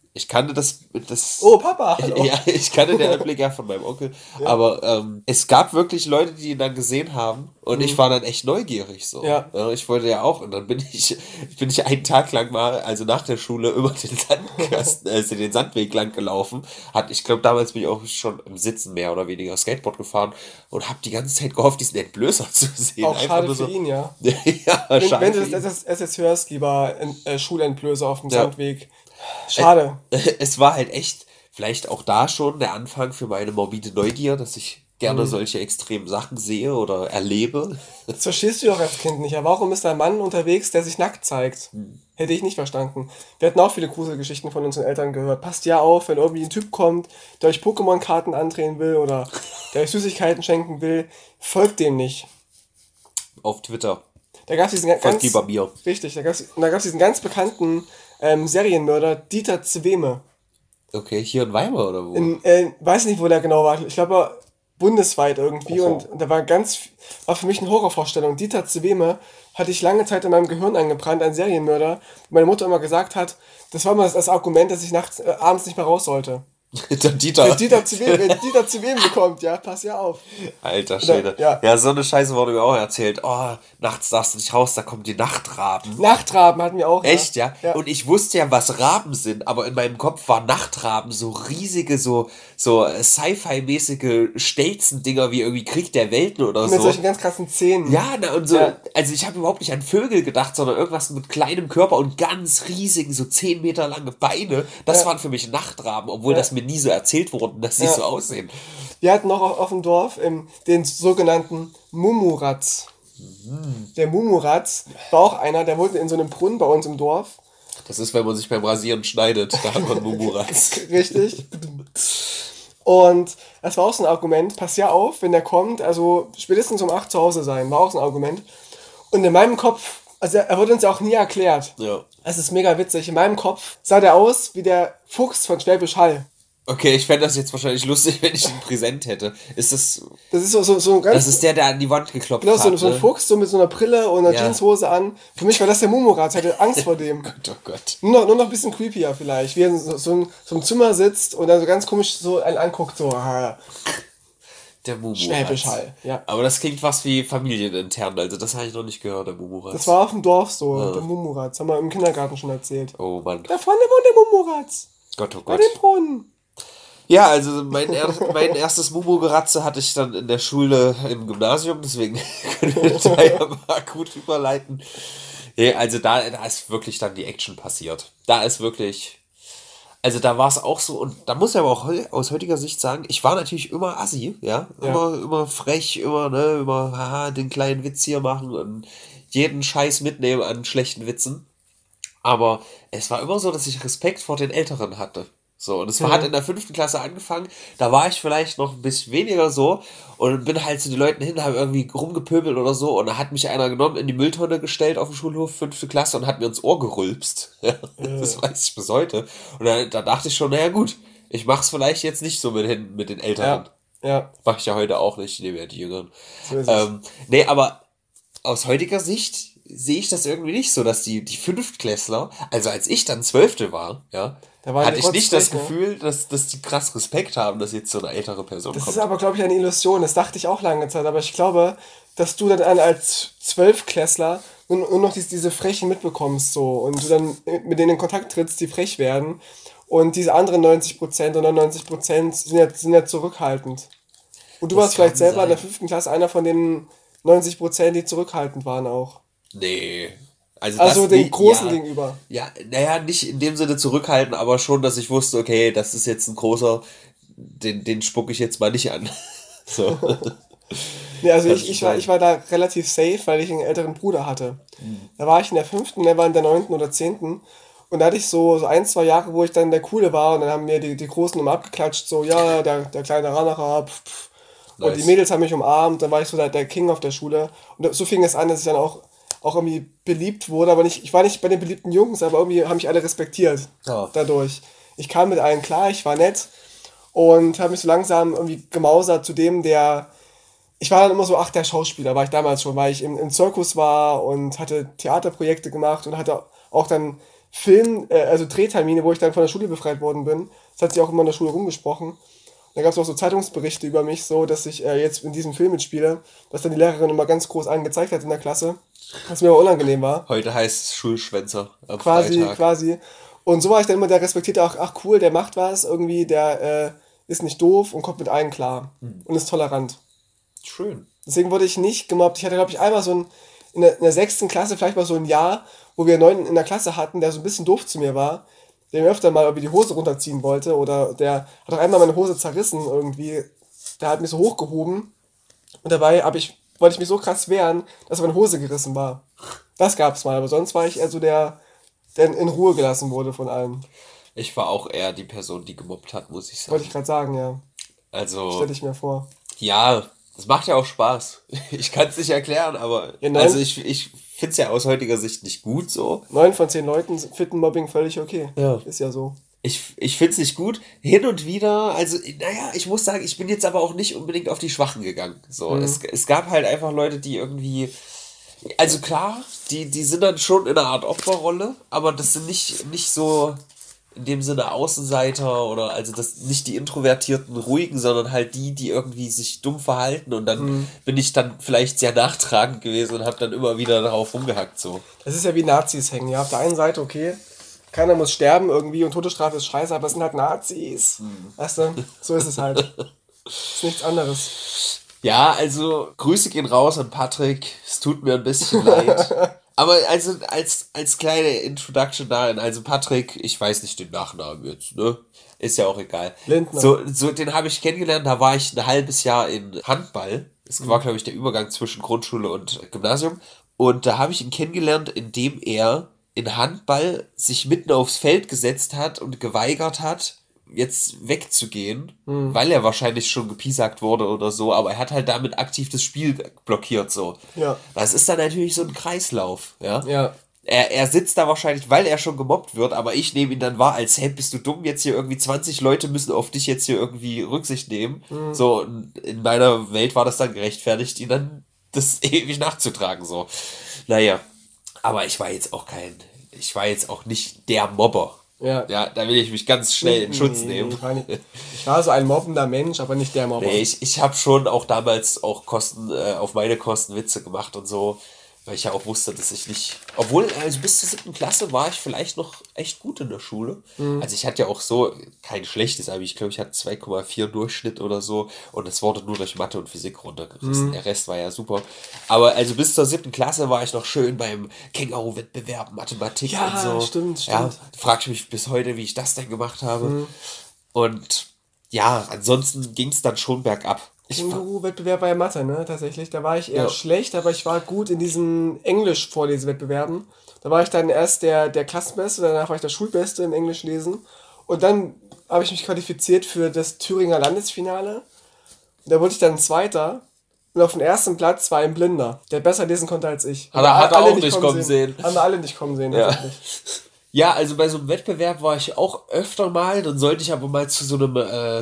Ich kannte das, das. Oh, Papa, hallo. Ja, ich kannte den Anblick ja von meinem Onkel. Ja. Aber ähm, es gab wirklich Leute, die ihn dann gesehen haben und mhm. ich war dann echt neugierig so. Ja. Ja. Ich wollte ja auch und dann bin ich, bin ich einen Tag lang mal, also nach der Schule, über den Sandkasten, also den Sandweg lang gelaufen. Hat, ich glaube, damals bin ich auch schon im Sitzen mehr oder weniger Skateboard gefahren und habe die ganze Zeit gehofft, diesen Entblößer zu sehen. Auch schade für so. ihn, ja. ja, wenn, schade wenn du das jetzt hörst, lieber äh, Schulentblößer auf dem ja. Sandweg. Schade. Es war halt echt, vielleicht auch da schon der Anfang für meine morbide Neugier, dass ich gerne mhm. solche extremen Sachen sehe oder erlebe. Das verstehst du doch als Kind nicht. Ja, warum ist ein Mann unterwegs, der sich nackt zeigt? Mhm. Hätte ich nicht verstanden. Wir hatten auch viele Gruselgeschichten von unseren Eltern gehört. Passt ja auf, wenn irgendwie ein Typ kommt, der euch Pokémon-Karten andrehen will oder der euch Süßigkeiten schenken will, folgt dem nicht. Auf Twitter. Da gab es diesen Folgt ganz... lieber mir. Richtig, da gab es diesen ganz bekannten ähm, Serienmörder Dieter Zweme. Okay, hier in Weimar oder wo? In, äh, weiß nicht, wo der genau war. Ich glaube, bundesweit irgendwie. Und, und da war ganz, war für mich eine Horrorvorstellung. Dieter Zweme hatte ich lange Zeit in meinem Gehirn eingebrannt, ein Serienmörder. Und meine Mutter immer gesagt hat, das war immer das, das Argument, dass ich nachts, äh, abends nicht mehr raus sollte. Der Dieter. Wenn Dieter zu wem, wenn Dieter zu wem bekommt, ja, pass ja auf. Alter Schwede. Ja. ja, so eine Scheiße wurde mir auch erzählt. Oh, nachts darfst du nicht raus, da kommen die Nachtraben. Nachtraben hatten wir auch. Echt, ja? ja? Und ich wusste ja, was Raben sind, aber in meinem Kopf waren Nachtraben so riesige, so, so Sci-Fi-mäßige Stelzen-Dinger wie irgendwie Krieg der Welten oder mit so. Mit solchen ganz krassen Zähnen. Ja, na, und so, ja. Also ich habe überhaupt nicht an Vögel gedacht, sondern irgendwas mit kleinem Körper und ganz riesigen, so zehn Meter lange Beine. Das ja. waren für mich Nachtraben, obwohl ja. das mir nie so erzählt wurden, dass sie ja. so aussehen. Wir hatten noch auf, auf dem Dorf ähm, den sogenannten Mumuratz. Mhm. Der Mumuratz war auch einer, der wohnte in so einem Brunnen bei uns im Dorf. Das ist, wenn man sich beim Rasieren schneidet, da hat man Mumuratz. Richtig. Und das war auch so ein Argument, pass ja auf, wenn der kommt, also spätestens um acht zu Hause sein, war auch so ein Argument. Und in meinem Kopf, also er wurde uns ja auch nie erklärt. Ja. Es ist mega witzig. In meinem Kopf sah der aus wie der Fuchs von Schwäbisch Hall. Okay, ich fände das jetzt wahrscheinlich lustig, wenn ich ihn präsent hätte. Ist das... Das ist so, so, so ein ganz... Das ist der, der an die Wand geklopft genau, hat. Genau, so, ne? so ein Fuchs, so mit so einer Brille und einer ja. Jeanshose an. Für mich war das der Mumuratz, ich hatte Angst vor dem. Gott, oh Gott. Nur noch, nur noch ein bisschen creepier vielleicht. Wie er so, so, ein, so im Zimmer sitzt und dann so ganz komisch so einen anguckt, so... Ah, der Mumuratz. Schwäbisch Hall, ja. Aber das klingt fast wie familienintern, also das habe ich noch nicht gehört, der Mumuratz. Das war auf dem Dorf so, ja. Der Mumuratz. Haben wir im Kindergarten schon erzählt. Oh Mann. Da vorne wohnt der Mumuratz. Gott, oh Gott. Bei dem Brunnen. Ja, also mein, er, mein erstes Mumu-Geratze hatte ich dann in der Schule im Gymnasium, deswegen können wir da ja mal gut überleiten. Ja, also da, da ist wirklich dann die Action passiert. Da ist wirklich, also da war es auch so, und da muss ich aber auch aus heutiger Sicht sagen, ich war natürlich immer assi, ja, immer, ja. immer frech, immer, ne, immer, haha, den kleinen Witz hier machen und jeden Scheiß mitnehmen an schlechten Witzen. Aber es war immer so, dass ich Respekt vor den Älteren hatte. So, und es war, hat in der fünften Klasse angefangen, da war ich vielleicht noch ein bisschen weniger so und bin halt zu den Leuten hin, habe irgendwie rumgepöbelt oder so und da hat mich einer genommen, in die Mülltonne gestellt auf dem Schulhof, fünfte Klasse und hat mir ins Ohr gerülpst. Ja, das weiß ich bis heute. Und da, da dachte ich schon, naja gut, ich mach's vielleicht jetzt nicht so mit, hin, mit den Älteren. Ja, ja. Mach ich ja heute auch nicht, ich nehme ja die Jüngeren. So ist ähm, nee, aber aus heutiger Sicht sehe ich das irgendwie nicht so, dass die, die Fünftklässler, also als ich dann Zwölfte war, ja, hatte ich nicht das Gefühl, ne? dass, dass die krass Respekt haben, dass jetzt so eine ältere Person das kommt. Das ist aber, glaube ich, eine Illusion. Das dachte ich auch lange Zeit. Aber ich glaube, dass du dann als Zwölfklässler nur, nur noch diese, diese Frechen mitbekommst so und du dann mit denen in Kontakt trittst, die frech werden. Und diese anderen neunzig Prozent oder neunundneunzig Prozent sind ja, sind ja zurückhaltend. Und du das warst vielleicht selber sein. In der fünften Klasse einer von den neunzig Prozent, die zurückhaltend waren auch. Nee. Also, also das, den nee, Großen ja, gegenüber. Ja, naja, nicht in dem Sinne zurückhalten, aber schon, dass ich wusste, okay, das ist jetzt ein großer, den, den spucke ich jetzt mal nicht an. So. Nee, also ich, ich, war, ich war da relativ safe, weil ich einen älteren Bruder hatte. Mhm. Da war ich in der fünften, der war in der neunten oder zehnten. Und da hatte ich so, so ein, zwei Jahre, wo ich dann der Coole war und dann haben mir die, die Großen immer abgeklatscht, so, ja, der, der kleine Ranacher, pf, pf. Nice. Und die Mädels haben mich umarmt, dann war ich so der, der King auf der Schule. Und so fing es an, dass ich dann auch auch irgendwie beliebt wurde, aber nicht, ich war nicht bei den beliebten Jungs, aber irgendwie haben mich alle respektiert oh. dadurch. Ich kam mit allen klar, ich war nett und habe mich so langsam irgendwie gemausert zu dem, der, ich war dann immer so, ach, der Schauspieler war ich damals schon, weil ich im, im Zirkus war und hatte Theaterprojekte gemacht und hatte auch dann Film, äh, also Drehtermine, wo ich dann von der Schule befreit worden bin. Das hat sich auch immer in der Schule rumgesprochen. Da gab es auch so Zeitungsberichte über mich, so dass ich äh, jetzt in diesem Film mitspiele, was dann die Lehrerin immer ganz groß angezeigt hat in der Klasse, was mir aber unangenehm war. Heute heißt es Schulschwänzer am Quasi, Freitag. quasi. Und so war ich dann immer der respektierte, auch, ach cool, der macht was, irgendwie, der äh, ist nicht doof und kommt mit allen klar hm. und ist tolerant. Schön. Deswegen wurde ich nicht gemobbt. Ich hatte, glaube ich, einmal so ein, in der, in der sechsten Klasse, vielleicht mal so ein Jahr, wo wir einen neuen in der Klasse hatten, der so ein bisschen doof zu mir war, der mir öfter mal irgendwie die Hose runterziehen wollte oder der hat auch einmal meine Hose zerrissen irgendwie. Der hat mich so hochgehoben und dabei hab ich, wollte ich mich so krass wehren, dass meine Hose gerissen war. Das gab's mal, aber sonst war ich eher so der, der in Ruhe gelassen wurde von allen. Ich war auch eher die Person, die gemobbt hat, muss ich sagen. Wollte ich gerade sagen, ja. Also. Stell dich mir vor. Ja, das macht ja auch Spaß. Ich kann es nicht erklären, aber ja, also ich, ich finde es ja aus heutiger Sicht nicht gut so. Neun von zehn Leuten finden Mobbing völlig okay. Ja. Ist ja so. Ich, ich finde es nicht gut. Hin und wieder, also, naja, ich muss sagen, ich bin jetzt aber auch nicht unbedingt auf die Schwachen gegangen. So, mhm. es, es gab halt einfach Leute, die irgendwie, also klar, die, die sind dann schon in einer Art Opferrolle, aber das sind nicht, nicht so in dem Sinne Außenseiter oder also das nicht die introvertierten Ruhigen, sondern halt die, die irgendwie sich dumm verhalten und dann mhm. bin ich dann vielleicht sehr nachtragend gewesen und habe dann immer wieder darauf rumgehackt so. Das ist ja wie Nazis hängen, ja, auf der einen Seite okay, keiner muss sterben irgendwie und Todesstrafe ist scheiße, aber es sind halt Nazis, mhm. weißt du, so ist es halt. Ist nichts anderes. Ja, also Grüße gehen raus an Patrick, es tut mir ein bisschen leid. Aber also als, als kleine Introduction dahin, also Patrick, ich weiß nicht den Nachnamen jetzt, ne? Ist ja auch egal. Lindner. So, so den habe ich kennengelernt, da war ich ein halbes Jahr in Handball. Das war, glaube ich, der Übergang zwischen Grundschule und Gymnasium. Und da habe ich ihn kennengelernt, indem er in Handball sich mitten aufs Feld gesetzt hat und geweigert hat, jetzt wegzugehen, hm. weil er wahrscheinlich schon gepiesackt wurde oder so, aber er hat halt damit aktiv das Spiel blockiert, so. Ja. Das ist dann natürlich so ein Kreislauf, ja. Ja. Er, er sitzt da wahrscheinlich, weil er schon gemobbt wird, aber ich nehme ihn dann wahr als, hey, bist du dumm, jetzt hier irgendwie zwanzig Leute müssen auf dich jetzt hier irgendwie Rücksicht nehmen. Hm. So, in meiner Welt war das dann gerechtfertigt, ihn dann das ewig nachzutragen, so. Naja, aber ich war jetzt auch kein, ich war jetzt auch nicht der Mobber. Ja. ja, da will ich mich ganz schnell in Schutz nehmen. Ich war, nicht, ich war so ein mobbender Mensch, aber nicht der Mobber. Nee, ich, ich habe schon auch damals auch Kosten, äh, auf meine Kosten Witze gemacht und so, weil ich ja auch wusste, dass ich nicht, obwohl, also bis zur siebten Klasse war ich vielleicht noch echt gut in der Schule. Mhm. Also ich hatte ja auch so kein schlechtes, aber ich glaube, ich hatte zwei Komma vier Durchschnitt oder so und es wurde nur durch Mathe und Physik runtergerissen. Mhm. Der Rest war ja super. Aber also bis zur siebten Klasse war ich noch schön beim Känguru-Wettbewerb, Mathematik ja, und so. Stimmt, stimmt. Ja, frag ich mich bis heute, wie ich das denn gemacht habe. Mhm. Und ja, ansonsten ging es dann schon bergab. Känguru-Wettbewerb war ja Mathe, ne, tatsächlich. Da war ich eher ja. schlecht, aber ich war gut in diesen Englisch-Vorlesewettbewerben. Da war ich dann erst der, der Klassenbeste, danach war ich der Schulbeste im Englischlesen. Und dann habe ich mich qualifiziert für das Thüringer Landesfinale. Da wurde ich dann Zweiter. Und auf dem ersten Platz war ein Blinder, der besser lesen konnte als ich. Hat er, hat er auch nicht kommen, kommen sehen. sehen. Haben wir alle nicht kommen sehen, ja. Ja, also bei so einem Wettbewerb war ich auch öfter mal, dann sollte ich aber mal zu so einem äh,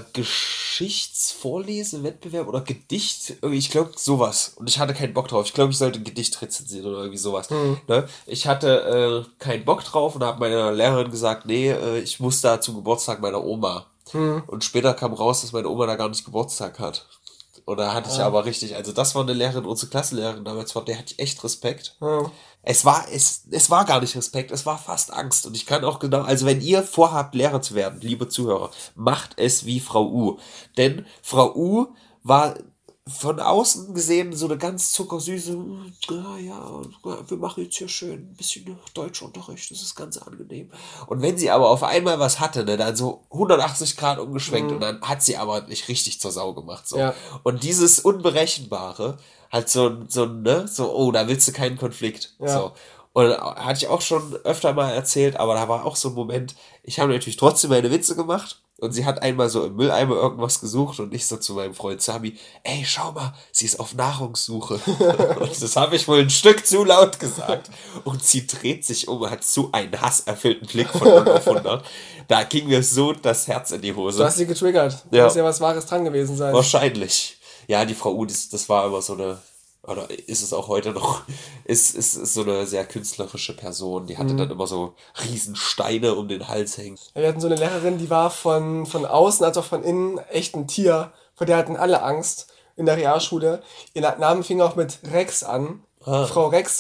Geschichtsvorlesen-Wettbewerb oder Gedicht, irgendwie, ich glaube sowas. Und ich hatte keinen Bock drauf. Ich glaube, ich sollte ein Gedicht rezensieren oder irgendwie sowas. Mhm. Ne? Ich hatte äh, keinen Bock drauf und habe meiner Lehrerin gesagt, nee, äh, ich muss da zum Geburtstag meiner Oma. Mhm. Und später kam raus, dass meine Oma da gar nicht Geburtstag hat. Und da hatte ich ja. aber richtig, also das war eine Lehrerin, unsere Klassenlehrerin damals, vor der hatte ich echt Respekt. Ja. Es war, es, es war gar nicht Respekt, es war fast Angst. Und ich kann auch genau, also wenn ihr vorhabt, Lehrer zu werden, liebe Zuhörer, macht es wie Frau U. Denn Frau U war von außen gesehen so eine ganz zuckersüße, ja, ja, wir machen jetzt hier schön ein bisschen Deutschunterricht, das ist ganz angenehm. Und wenn sie aber auf einmal was hatte, ne, dann so hundertachtzig Grad umgeschwenkt mhm. und dann hat sie aber nicht richtig zur Sau gemacht. So. Ja. Und dieses Unberechenbare, halt so, so, ne, so, oh, da willst du keinen Konflikt. Ja. So. Und hatte ich auch schon öfter mal erzählt, aber da war auch so ein Moment, ich habe natürlich trotzdem meine Witze gemacht. Und sie hat einmal so im Mülleimer irgendwas gesucht und ich so zu meinem Freund Sami, ey, schau mal, sie ist auf Nahrungssuche. Und das habe ich wohl ein Stück zu laut gesagt. Und sie dreht sich um und hat so einen hasserfüllten Blick von null auf hundert. Da ging mir so das Herz in die Hose. Du hast sie getriggert. Da ja. muss ja was Wahres dran gewesen sein. Wahrscheinlich. Ja, die Frau U, das, das war immer so eine, oder ist es auch heute noch, ist, ist, ist so eine sehr künstlerische Person. Die hatte mhm. dann immer so Riesensteine um den Hals hängen. Ja, wir hatten so eine Lehrerin, die war von, von außen als auch von innen echt ein Tier. Vor der hatten alle Angst in der Realschule. Ihr Name fing auch mit Rex an. Ah. Frau Rex.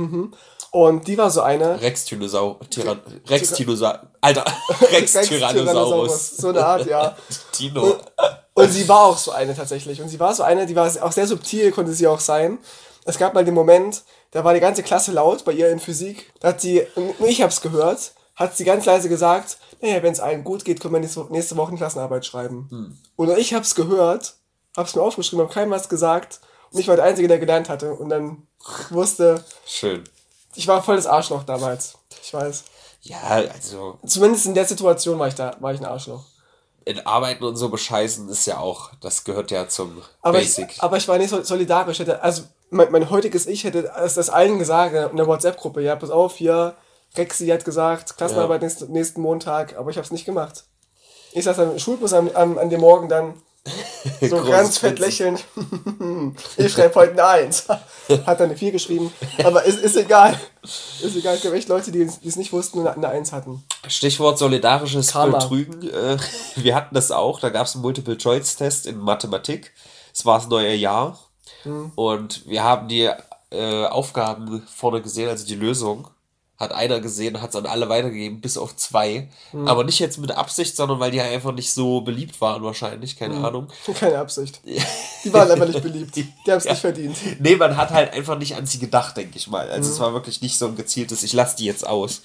Und die war so eine. Rex-Tyrannosaurus. Tyran Rex-Tyrannosaurus. Alter. Rex-Tyrannosaurus. So eine Art, ja. Tino. Und, und sie war auch so eine tatsächlich. Und sie war so eine, die war auch sehr subtil, konnte sie auch sein. Es gab mal den Moment, da war die ganze Klasse laut bei ihr in Physik. Da hat sie, und ich hab's gehört, hat sie ganz leise gesagt, naja, wenn es allen gut geht, können wir nächste, nächste Woche eine Klassenarbeit schreiben. Hm. Und ich hab's gehört, hab's mir aufgeschrieben, hab keinem was gesagt. Und ich war der Einzige, der gelernt hatte. Und dann wusste... Schön. Ich war voll das Arschloch damals. Ich weiß. Ja, also... Zumindest in der Situation war ich da, war ich ein Arschloch. In Arbeiten und so bescheißen ist ja auch, das gehört ja zum aber Basic. Ich, aber ich war nicht solidarisch. Also mein, mein heutiges Ich hätte das, das allen gesagt in der WhatsApp-Gruppe. Ja, pass auf, hier, Rexi hat gesagt, Klassenarbeit ja. nächsten, nächsten Montag, aber ich hab's nicht gemacht. Ich saß am Schulbus an, an, an dem Morgen dann so ganz fett lächelnd. Ich schreibe heute eine Eins. Hat dann eine vier geschrieben. Aber ist, ist egal. Ist egal. Es gab echt Leute, die es nicht wussten und eine Eins hatten. Stichwort solidarisches Karma. Betrügen. Wir hatten das auch. Da gab es einen Multiple-Choice-Test in Mathematik. Es war das neue Jahr. Hm. Und wir haben die äh, Aufgaben vorne gesehen, also die Lösung. Hat einer gesehen, hat es an alle weitergegeben, bis auf zwei. Hm. Aber nicht jetzt mit Absicht, sondern weil die einfach nicht so beliebt waren wahrscheinlich, keine hm. Ahnung. Keine Absicht. Die waren einfach nicht beliebt. Die haben es ja. nicht verdient. Nee, man hat halt einfach nicht an sie gedacht, denke ich mal. Also hm. es war wirklich nicht so ein gezieltes, ich lasse die jetzt aus.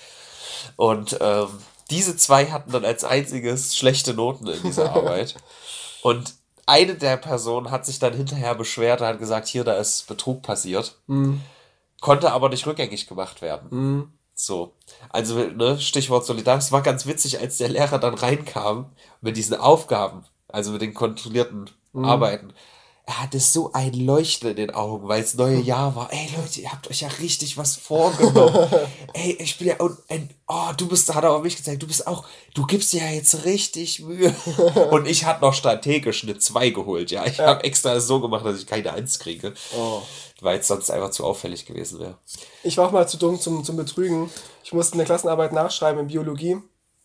Und ähm, diese zwei hatten dann als einziges schlechte Noten in dieser Arbeit. Und eine der Personen hat sich dann hinterher beschwert und hat gesagt, hier, da ist Betrug passiert. Hm. Konnte aber nicht rückgängig gemacht werden. Hm. So, also ne, Stichwort Solidarisch, es war ganz witzig, als der Lehrer dann reinkam mit diesen Aufgaben, also mit den kontrollierten mhm. Arbeiten. Er hatte so ein Leuchten in den Augen, weil es neue Jahr war. Ey Leute, ihr habt euch ja richtig was vorgenommen. Ey, ich bin ja, und, und oh, du bist, hat er auf mich gezeigt, du bist auch, du gibst dir ja jetzt richtig Mühe. Und ich hatte noch strategisch eine zwei geholt, ja. Ich ja. habe extra so gemacht, dass ich keine eins kriege. Oh. Weil es sonst einfach zu auffällig gewesen wäre. Ich war auch mal zu dumm zum, zum Betrügen. Ich musste eine Klassenarbeit nachschreiben in Biologie.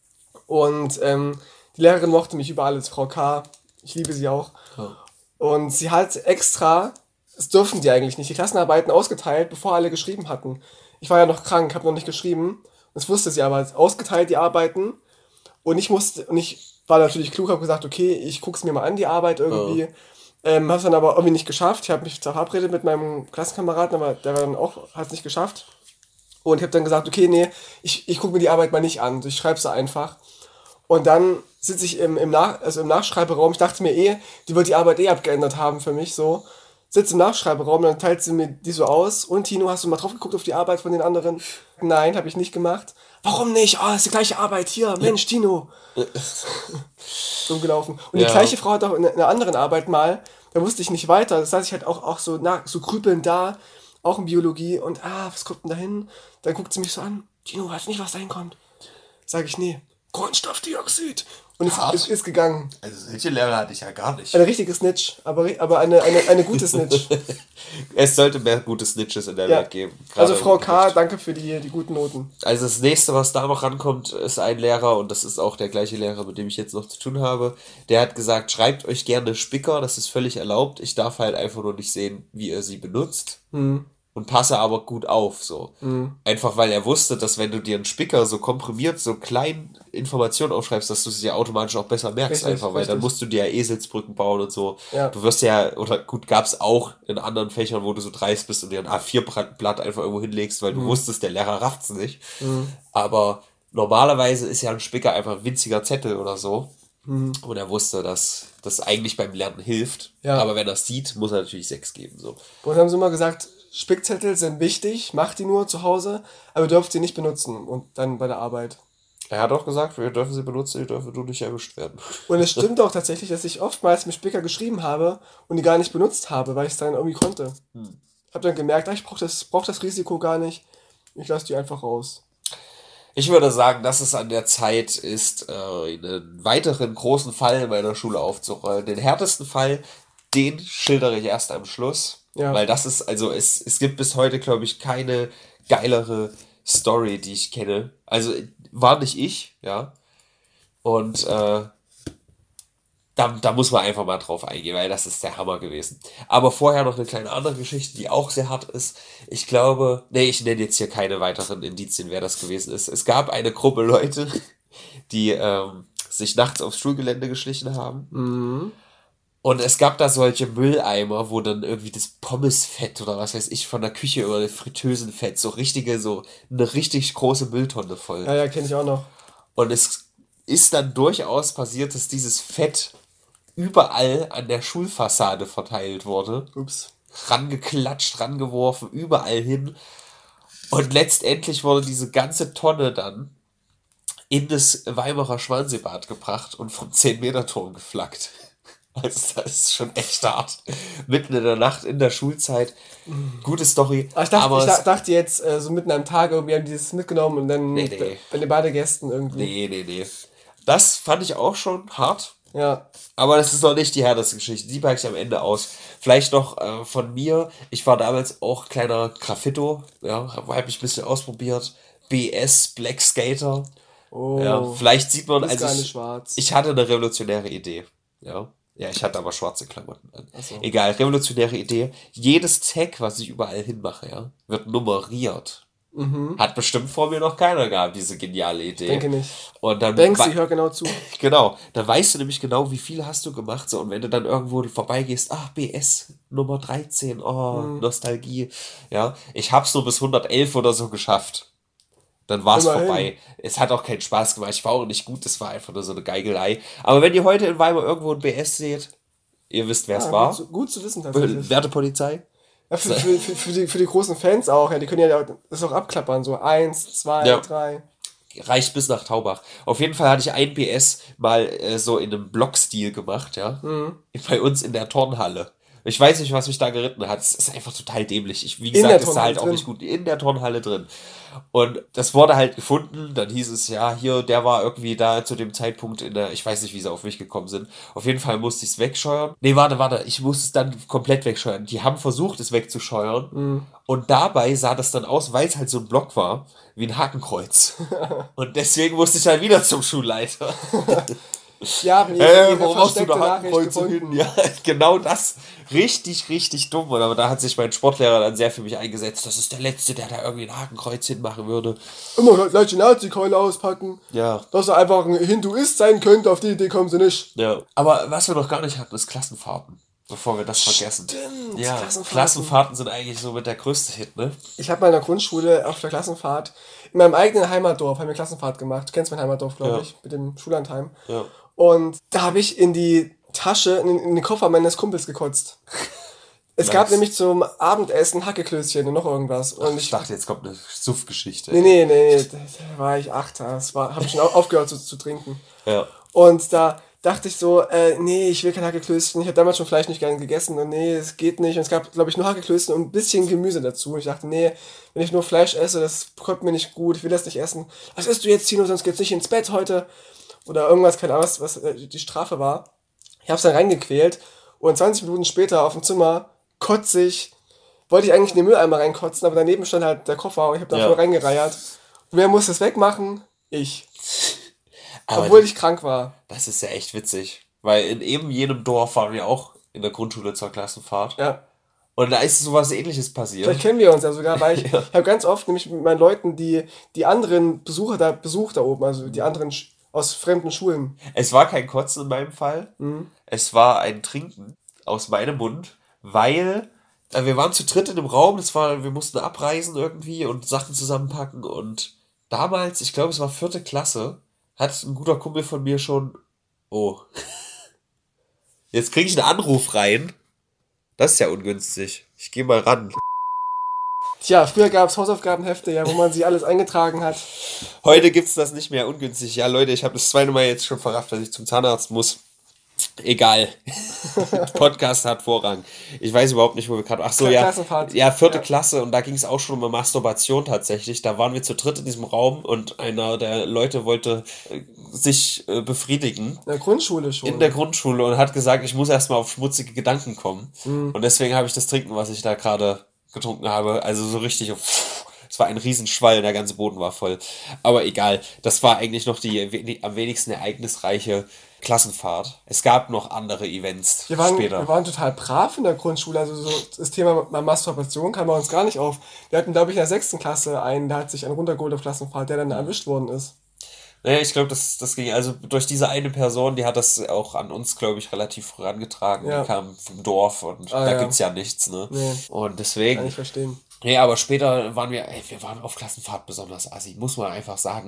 Und ähm, die Lehrerin mochte mich über alles, Frau K. Ich liebe sie auch. Oh. Und sie hat extra, das dürfen die eigentlich nicht, die Klassenarbeiten ausgeteilt, bevor alle geschrieben hatten. Ich war ja noch krank, habe noch nicht geschrieben. Das wusste sie aber. Ausgeteilt, die Arbeiten. Und ich musste, und ich war natürlich klug, habe gesagt, okay, ich guck's mir mal an, die Arbeit irgendwie. Oh. Ähm, hab's dann aber irgendwie nicht geschafft. Ich habe mich verabredet mit meinem Klassenkameraden, aber der war dann auch, hat's nicht geschafft. Und ich habe dann gesagt, okay, nee, ich, ich gucke mir die Arbeit mal nicht an. Ich schreibe sie einfach. Und dann sitze ich im, im, Nach, also im Nachschreiberaum. Ich dachte mir eh, die wird die Arbeit eh abgeändert haben für mich so. Sitze im Nachschreiberaum, dann teilt sie mir die so aus. Und Tino, hast du mal drauf geguckt auf die Arbeit von den anderen? Nein, habe ich nicht gemacht. Warum nicht? Oh, das ist die gleiche Arbeit. Hier, Mensch, Tino. Dumm gelaufen. Und ja. Die gleiche Frau hat auch in einer anderen Arbeit mal, da wusste ich nicht weiter. Das heißt, ich halt auch, auch so, na, so grübelnd da, auch in Biologie. Und, ah, was kommt denn da hin? Dann guckt sie mich so an. Tino, weißt nicht, was da hinkommt? Sag ich, nee. Kohlenstoffdioxid. Und es ist, ist gegangen. Also solche Lehrer hatte ich ja gar nicht. Eine richtige Snitch, aber, aber eine, eine, eine gute Snitch. Es sollte mehr gute Snitches in der ja. Welt geben. Also Frau K., danke für die, die guten Noten. Also das nächste, was da noch rankommt, ist ein Lehrer, und das ist auch der gleiche Lehrer, mit dem ich jetzt noch zu tun habe. Der hat gesagt, schreibt euch gerne Spicker, das ist völlig erlaubt. Ich darf halt einfach nur nicht sehen, wie ihr sie benutzt. Hm. Und passe aber gut auf, so. Mhm. Einfach, weil er wusste, dass wenn du dir einen Spicker so komprimiert, so klein Informationen aufschreibst, dass du sie ja automatisch auch besser merkst, richtig, einfach, weil richtig. Dann musst du dir ja Eselsbrücken bauen und so. Ja. Du wirst ja, oder gut, gab's auch in anderen Fächern, wo du so dreist bist und dir ein A vier Blatt einfach irgendwo hinlegst, weil mhm. du wusstest, der Lehrer rafft's nicht. Mhm. Aber normalerweise ist ja ein Spicker einfach ein winziger Zettel oder so. Mhm. Und er wusste, dass das eigentlich beim Lernen hilft. Ja. Aber wenn er es sieht, muss er natürlich sechs geben, so. Und haben sie immer gesagt, Spickzettel sind wichtig, macht die nur zu Hause, aber ihr dürft sie nicht benutzen und dann bei der Arbeit. Er hat auch gesagt, wir dürfen sie benutzen, ihr dürfen nur nicht erwischt werden. Und es stimmt auch tatsächlich, dass ich oftmals mit Spicker geschrieben habe und die gar nicht benutzt habe, weil ich es dann irgendwie konnte. Hm. Ich habe dann gemerkt, ich brauche das, brauch das Risiko gar nicht, ich lasse die einfach raus. Ich würde sagen, dass es an der Zeit ist, einen weiteren großen Fall in meiner Schule aufzurollen. Den härtesten Fall, den schildere ich erst am Schluss. Ja. Weil das ist, also es, es gibt bis heute, glaube ich, keine geilere Story, die ich kenne. Also war nicht ich, ja. Und äh, da, da muss man einfach mal drauf eingehen, weil das ist der Hammer gewesen. Aber vorher noch eine kleine andere Geschichte, die auch sehr hart ist. Ich glaube, nee, ich nenne jetzt hier keine weiteren Indizien, wer das gewesen ist. Es gab eine Gruppe Leute, die ähm, sich nachts aufs Schulgelände geschlichen haben. Mhm. Und es gab da solche Mülleimer, wo dann irgendwie das Pommesfett oder was weiß ich von der Küche oder Fritteusenfett, so richtige, so eine richtig große Mülltonne voll. Ja, ja, kenne ich auch noch. Und es ist dann durchaus passiert, dass dieses Fett überall an der Schulfassade verteilt wurde. Ups. Rangeklatscht, rangeworfen, überall hin. Und letztendlich wurde diese ganze Tonne dann in das Weimarer Schwansseebad gebracht und vom zehn-Meter-Turm geflaggt. Also das ist schon echt hart. Mitten in der Nacht, in der Schulzeit. Gute Story. Aber ich dachte, aber ich es- dachte jetzt, äh, so mitten am Tag irgendwie haben die das mitgenommen und dann Nee, nee. bei den Badegästen irgendwie. Nee, nee, nee. Das fand ich auch schon hart. Ja. Aber das ist noch nicht die härteste Geschichte. Die packe ich am Ende aus. Vielleicht noch äh, von mir. Ich war damals auch kleiner Graffito. Ja, habe mich ein bisschen ausprobiert. B S, Black Skater. Oh. Ja, vielleicht sieht man, ist also gar nicht ich, schwarz. ich hatte eine revolutionäre Idee. Ja. Ja, ich hatte aber schwarze Klamotten an. Ach so. Egal, revolutionäre Idee. Jedes Tag, was ich überall hinmache, ja, wird nummeriert. Mhm. Hat bestimmt vor mir noch keiner gehabt, diese geniale Idee. Denke nicht. Und dann Banksy, wei- hör genau zu. Genau, da weißt du nämlich genau, wie viel hast du gemacht. So, und wenn du dann irgendwo vorbeigehst, ach, B S Nummer dreizehn, oh, Mhm. Nostalgie. Ja, ich hab's nur bis hundertelf oder so geschafft. Dann war's Immerhin. vorbei. Es hat auch keinen Spaß gemacht. Ich war auch nicht gut, das war einfach nur so eine Geigelei. Aber wenn ihr heute in Weimar irgendwo ein B S seht, ihr wisst, wer es Ah, war. gut, zu, gut zu wissen tatsächlich. Werte Polizei. Ja, für, für, für, für, die, für die großen Fans auch, ja, die können ja das auch abklappern, so eins, zwei, Ja. drei. Reicht bis nach Taubach. Auf jeden Fall hatte ich ein B S mal äh, so in einem Blockstil gemacht, ja. Mhm. Bei uns in der Turnhalle. Ich weiß nicht, was mich da geritten hat. Es ist einfach total dämlich. Ich, wie In der gesagt, es sah Turnhalle halt auch drin. nicht gut. In der Turnhalle drin. Und das wurde halt gefunden. Dann hieß es, ja, hier, der war irgendwie da zu dem Zeitpunkt in der, ich weiß nicht, wie sie auf mich gekommen sind. Auf jeden Fall musste ich es wegscheuern. Nee, warte, warte, ich musste es dann komplett wegscheuern. Die haben versucht, es wegzuscheuern. Mhm. Und dabei sah das dann aus, weil es halt so ein Block war, wie ein Hakenkreuz. Und deswegen musste ich halt wieder zum Schulleiter. Ja, haben ihre, Äh, ihre warum hast du versteckte da Nachricht Hakenkreuze gefunden. hin? Ja, genau das. Richtig, richtig dumm. Und aber da hat sich mein Sportlehrer dann sehr für mich eingesetzt. Das ist der Letzte, der da irgendwie ein Hakenkreuz hinmachen würde. Immer gleich die Nazi-Keule auspacken. Ja. Dass er einfach ein Hinduist sein könnte, auf die Idee kommen sie nicht. Ja. Aber was wir noch gar nicht hatten, ist Klassenfahrten. Bevor wir das vergessen. Stimmt, Ja, Klassenfahrten. Klassenfahrten. sind eigentlich so mit der größte Hit, ne? Ich habe mal in der Grundschule auf der Klassenfahrt, in meinem eigenen Heimatdorf, haben wir Klassenfahrt gemacht. Du kennst mein Heimatdorf, glaube Ja. ich, mit dem Schullandheim. Ja. Und da habe ich in die Tasche, in, in den Koffer meines Kumpels gekotzt. Es Nice. gab nämlich zum Abendessen Hackeklößchen und noch irgendwas. Und Ich ich dachte, jetzt kommt eine Suff-Geschichte. Nee, nee, nee, da war ich acht, das war, habe ich schon au- aufgehört zu, zu trinken. Ja. Und da dachte ich so, äh, nee, ich will kein Hackeklößchen. Ich habe damals schon Fleisch nicht gern gegessen und nee, es geht nicht. Und es gab, glaube ich, nur Hackeklößchen und ein bisschen Gemüse dazu. Und ich dachte, nee, wenn ich nur Fleisch esse, das kommt mir nicht gut, ich will das nicht essen. Was isst du jetzt, Tino, sonst geht's nicht ins Bett heute? Oder irgendwas, keine Ahnung, was, was äh, die Strafe war. Ich hab's dann reingequält und zwanzig Minuten später auf dem Zimmer kotzig, wollte ich eigentlich in den Mülleimer reinkotzen, aber daneben stand halt der Koffer und ich habe da Ja. voll reingereiert. Und wer muss das wegmachen? Ich. Aber Obwohl ich krank war. das ist ja echt witzig. Weil in eben jenem Dorf waren wir auch in der Grundschule zur Klassenfahrt. Ja. Und da ist sowas Ähnliches passiert. Vielleicht kennen wir uns ja sogar, weil ich, ich habe ganz oft nämlich mit meinen Leuten die, die anderen Besucher da besucht da oben, also die anderen Sch- aus fremden Schulen. Es war kein Kotzen in meinem Fall. Es war ein Trinken aus meinem Mund, weil äh, wir waren zu dritt in dem Raum. Das war, wir mussten abreisen irgendwie und Sachen zusammenpacken. Und damals, ich glaube, es war vierte Klasse, hat ein guter Kumpel von mir schon. Oh. Jetzt kriege ich einen Anruf rein. Das ist ja ungünstig. Ich gehe mal ran. Tja, früher gab es Hausaufgabenhefte, ja, wo man sich alles eingetragen hat. Heute gibt's das nicht mehr ungünstig. Ja, Leute, ich habe das zweite Mal jetzt schon verrafft, dass ich zum Zahnarzt muss. Egal. Podcast hat Vorrang. Ich weiß überhaupt nicht, wo wir gerade. Ach so, ja. Klassenfahrt. Ja, vierte Ja. Klasse und da ging es auch schon um Masturbation tatsächlich. Da waren wir zu dritt in diesem Raum und einer der Leute wollte äh, sich äh, befriedigen. In der Grundschule schon. In der Grundschule und hat gesagt, ich muss erstmal auf schmutzige Gedanken kommen. Mhm. Und deswegen habe ich das Trinken, was ich da gerade getrunken habe, also so richtig. Pff, es war ein Riesenschwall, der ganze Boden war voll. Aber egal, das war eigentlich noch die we- am wenigsten ereignisreiche Klassenfahrt. Es gab noch andere Events Wir waren, später. wir waren total brav in der Grundschule, also so das Thema Ma- Masturbation kam bei uns gar nicht auf. Wir hatten, glaube ich, in der sechsten Klasse einen, der hat sich einen runtergeholt auf Klassenfahrt, der dann erwischt worden ist. Naja, ich glaube, das, das ging also durch diese eine Person, die hat das auch an uns, glaube ich, relativ früh herangetragen. Ja. Die kam vom Dorf und Ah, da ja. gibt's ja nichts, ne? Nee. Und Kann deswegen. ich verstehen. Nee, aber später waren wir, ey, wir waren auf Klassenfahrt besonders assi, muss man einfach sagen.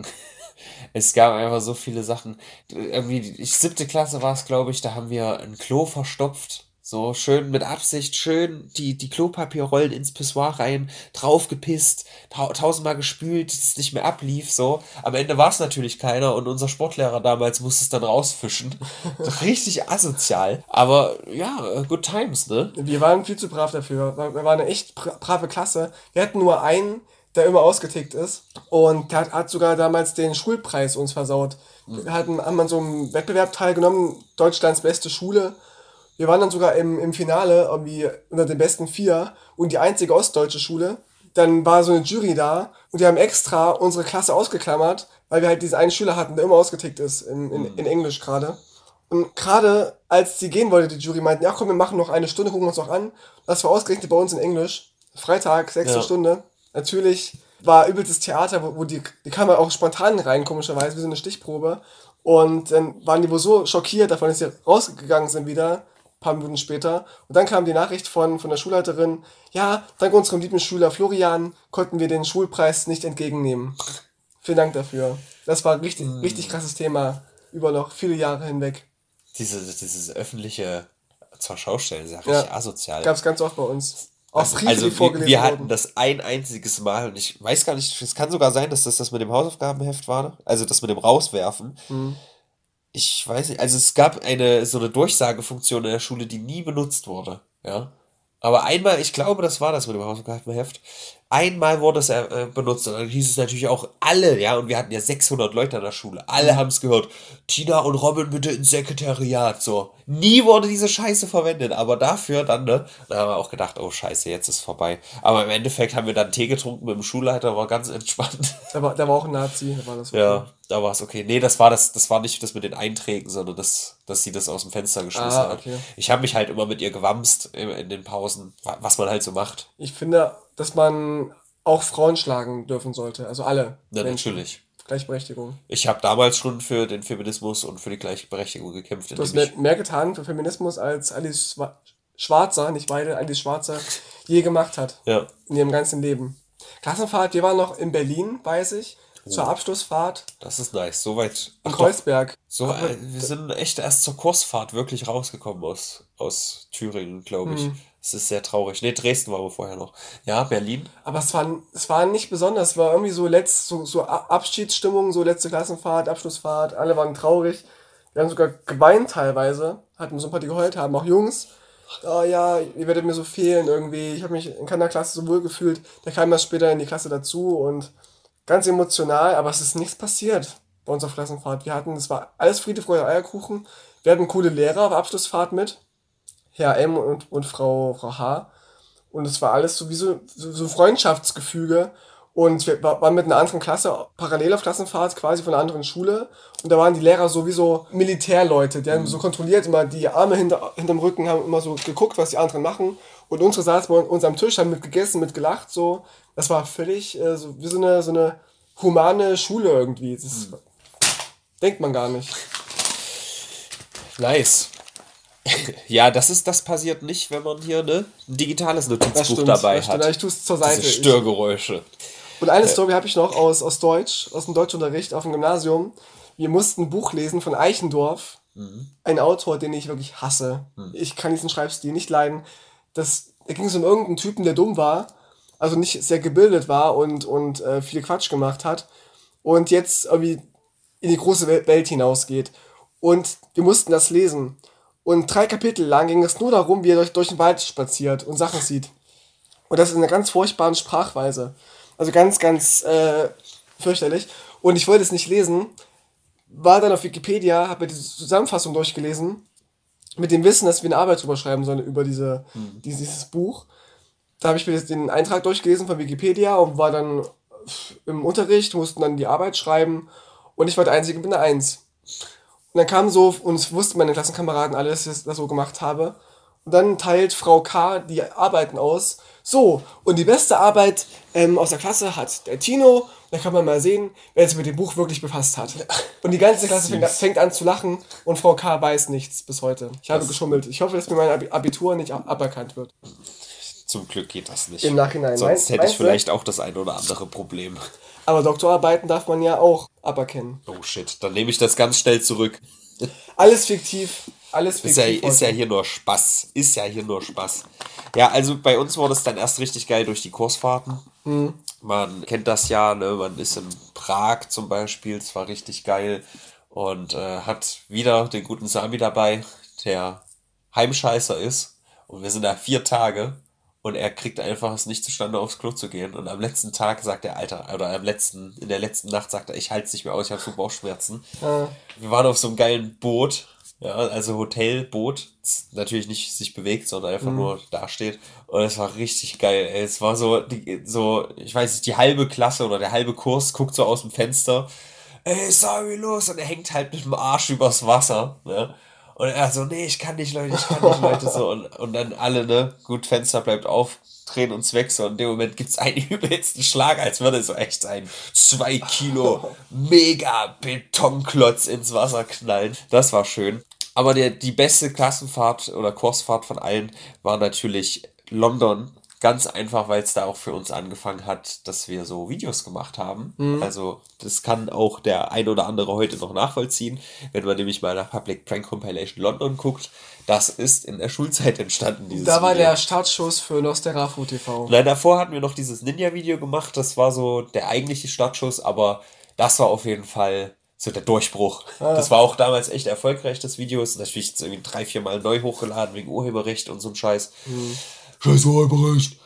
Es gab einfach so viele Sachen. Irgendwie, die siebte Klasse war es, glaube ich, da haben wir ein Klo verstopft. So schön mit Absicht, schön die, die Klopapierrollen ins Pissoir rein, draufgepisst, tau tausendmal gespült, dass es nicht mehr ablief, so. Am Ende war es natürlich keiner und unser Sportlehrer damals musste es dann rausfischen. Richtig asozial. Aber ja, good times, ne? Wir waren viel zu brav dafür. Wir waren eine echt bra- brave Klasse. Wir hatten nur einen, der immer ausgetickt ist. Und der hat, hat sogar damals den Schulpreis uns versaut. Wir hatten, haben an so einem Wettbewerb teilgenommen, Deutschlands beste Schule. Wir waren dann sogar im, im Finale irgendwie unter den besten vier und die einzige ostdeutsche Schule. Dann war so eine Jury da und die haben extra unsere Klasse ausgeklammert, weil wir halt diesen einen Schüler hatten, der immer ausgetickt ist, in, in, in Englisch gerade. Und gerade als sie gehen wollte, die Jury meinten, ja komm, wir machen noch eine Stunde, gucken uns noch an. Das war ausgerechnet bei uns in Englisch. Freitag, sechste Ja. Stunde. Natürlich war übelstes Theater, wo, wo die, die kamen auch spontan rein, komischerweise, wie so eine Stichprobe. Und dann waren die wohl so schockiert davon, dass sie rausgegangen sind wieder, ein paar Minuten später. Und dann kam die Nachricht von, von der Schulleiterin, ja, dank unserem lieben Schüler Florian konnten wir den Schulpreis nicht entgegennehmen. Vielen Dank dafür. Das war ein richtig, Mm. richtig krasses Thema über noch viele Jahre hinweg. Diese, dieses öffentliche zur Schaustellen ist ja Ja. richtig asozial. Gab es ganz oft bei uns. Auch Also, Briefe, also die wir, vorgelesen wir hatten wurden. das ein einziges Mal und ich weiß gar nicht, es kann sogar sein, dass das das mit dem Hausaufgabenheft war, ne? Also das mit dem Rauswerfen. Hm. Ich weiß nicht, also es gab eine so eine Durchsagefunktion in der Schule, die nie benutzt wurde, ja. Aber einmal, ich glaube, das war das mit dem Hausaufgabenheft. Einmal wurde es äh, benutzt und dann hieß es natürlich auch alle, ja, und wir hatten ja sechshundert Leute an der Schule. Alle haben es gehört. Tina und Robin bitte ins Sekretariat, so. Nie wurde diese Scheiße verwendet, aber dafür dann, ne, da haben wir auch gedacht, oh Scheiße, jetzt ist vorbei. Aber im Endeffekt haben wir dann Tee getrunken mit dem Schulleiter, war ganz entspannt. Da war, da war auch ein Nazi, da war das okay. Ja, da war es okay. Nee, das war das, das war nicht das mit den Einträgen, sondern das, dass sie das aus dem Fenster geschmissen Ah, hat. okay. Ich habe mich halt immer mit ihr gewamst in, in den Pausen, wa- was man halt so macht. Ich finde, dass man auch Frauen schlagen dürfen sollte. Also alle Ja, Menschen. natürlich. Gleichberechtigung. Ich habe damals schon für den Feminismus und für die Gleichberechtigung gekämpft. Du hast indem mehr, ich, mehr getan für Feminismus, als Alice Schwa- Schwarzer, nicht beide, Alice Schwarzer je gemacht hat ja, in ihrem ganzen Leben. Klassenfahrt, wir waren noch in Berlin, weiß ich, zur Oh. Abschlussfahrt das ist nice. Soweit. in Ach doch, Kreuzberg. so, äh, wir sind echt erst zur Kursfahrt wirklich rausgekommen aus, aus Thüringen, glaube ich. Hm. Es ist sehr traurig. Nee, Dresden waren wir vorher noch. Ja, Berlin. Aber es war, es war nicht besonders, es war irgendwie so, letzt, so, so A- Abschiedsstimmung, so letzte Klassenfahrt, Abschlussfahrt, alle waren traurig. Wir haben sogar geweint teilweise, hatten so ein paar, die geheult haben, auch Jungs. Oh ja, ihr werdet mir so fehlen irgendwie. Ich habe mich in keiner Klasse so wohl gefühlt. Der kam erst später in die Klasse dazu und ganz emotional, aber es ist nichts passiert bei uns auf Klassenfahrt. Wir hatten, es war alles Friede, Freude, Eierkuchen. Wir hatten coole Lehrer auf Abschlussfahrt mit. Herr M. und, und Frau, Frau H. Und es war alles so wie so, so, so Freundschaftsgefüge. Und wir wa- waren mit einer anderen Klasse parallel auf Klassenfahrt, quasi von einer anderen Schule. Und da waren die Lehrer sowieso Militärleute. Die haben so kontrolliert, immer die Arme hinter, hinterm Rücken, haben immer so geguckt, was die anderen machen. Und unsere saßen bei uns am Tisch, haben mit gegessen, mit gelacht, so. Das war völlig äh, so wie so eine, so eine humane Schule irgendwie. Das denkt man gar nicht. Nice. Ja, das ist, das passiert nicht, wenn man hier ne, ein digitales Das Notizbuch stimmt. dabei das stimmt. hat. Ich tue es zur Seite. Diese Ich, Störgeräusche. Und eine Story habe ich noch aus, aus Deutsch, aus dem Deutschunterricht auf dem Gymnasium. Wir mussten ein Buch lesen von Eichendorff. Ein Autor, den ich wirklich hasse. Ich kann diesen Schreibstil nicht leiden. Das, da ging es um irgendeinen Typen, der dumm war, also nicht sehr gebildet war und, und äh, viel Quatsch gemacht hat und jetzt irgendwie in die große Wel- Welt hinausgeht. Und wir mussten das lesen. Und drei Kapitel lang ging es nur darum, wie er durch, durch den Wald spaziert und Sachen sieht. Und das in einer ganz furchtbaren Sprachweise. Also ganz, ganz äh, fürchterlich. Und ich wollte es nicht lesen, war dann auf Wikipedia, habe mir die Zusammenfassung durchgelesen, mit dem Wissen, dass wir eine Arbeit drüber schreiben sollen, über diese, mhm. dieses Buch. Da habe ich mir den Eintrag durchgelesen von Wikipedia und war dann im Unterricht, mussten dann die Arbeit schreiben und ich war der Einzige mit einer Eins. Und dann kam so, und es wussten meine Klassenkameraden alle, dass ich das so gemacht habe. Und dann teilt Frau K. die Arbeiten aus. So, und die beste Arbeit ähm, aus der Klasse hat der Tino. Da kann man mal sehen, wer sich mit dem Buch wirklich befasst hat. Und die ganze Klasse fängt, fängt an zu lachen und Frau K. weiß nichts bis heute. Ich habe das geschummelt. Ich hoffe, dass mir mein Abitur nicht aberkannt wird. Zum Glück geht das nicht. Im Nachhinein. Sonst hätte ich vielleicht auch das ein oder andere Problem. Aber Doktorarbeiten darf man ja auch aberkennen. Oh shit, dann nehme ich das ganz schnell zurück. Alles fiktiv. Alles fiktiv. Ist ja, ist ja hier nur Spaß. Ist ja hier nur Spaß. Ja, also bei uns wurde es dann erst richtig geil durch die Kursfahrten. Mhm. Man kennt das ja, ne? Man ist in Prag zum Beispiel, es war richtig geil. Und äh, hat wieder den guten Sami dabei, der Heimscheißer ist. Und wir sind da vier Tage. Und er kriegt einfach es nicht zustande, aufs Klo zu gehen. Und am letzten Tag sagt er, Alter, oder am letzten, in der letzten Nacht sagt er, ich halte es nicht mehr aus, ich habe so Bauchschmerzen. Ja. Wir waren auf so einem geilen Boot, ja, also Hotelboot, das natürlich nicht sich bewegt, sondern einfach mhm. nur dasteht. Und es war richtig geil, ey. Es war so, die, so, ich weiß nicht, die halbe Klasse oder der halbe Kurs guckt so aus dem Fenster, ey, sorry, los. Und er hängt halt mit dem Arsch übers Wasser, ne? Und er so, nee, ich kann nicht, Leute, ich kann nicht, Leute, so. Und, und dann alle, ne, gut, Fenster bleibt auf, drehen uns weg, so. Und in dem Moment gibt's einen übelsten Schlag, als würde so echt ein zwei Kilo mega Betonklotz ins Wasser knallen. Das war schön. Aber der, die beste Klassenfahrt oder Kursfahrt von allen war natürlich London. Ganz einfach, weil es da auch für uns angefangen hat, dass wir so Videos gemacht haben. Mhm. Also das kann auch der ein oder andere heute noch nachvollziehen. Wenn man nämlich mal nach Public Prank Compilation London guckt, das ist in der Schulzeit entstanden, dieses Da war Video. Der Startschuss für Nosterafu T V. Nein, davor hatten wir noch dieses Ninja-Video gemacht. Das war so der eigentliche Startschuss, aber das war auf jeden Fall so der Durchbruch. Ah. Das war auch damals echt erfolgreich, das Video. Ist natürlich jetzt irgendwie drei, vier Mal neu hochgeladen wegen Urheberrecht und so ein Scheiß. Mhm. Scheiß Urheberrecht.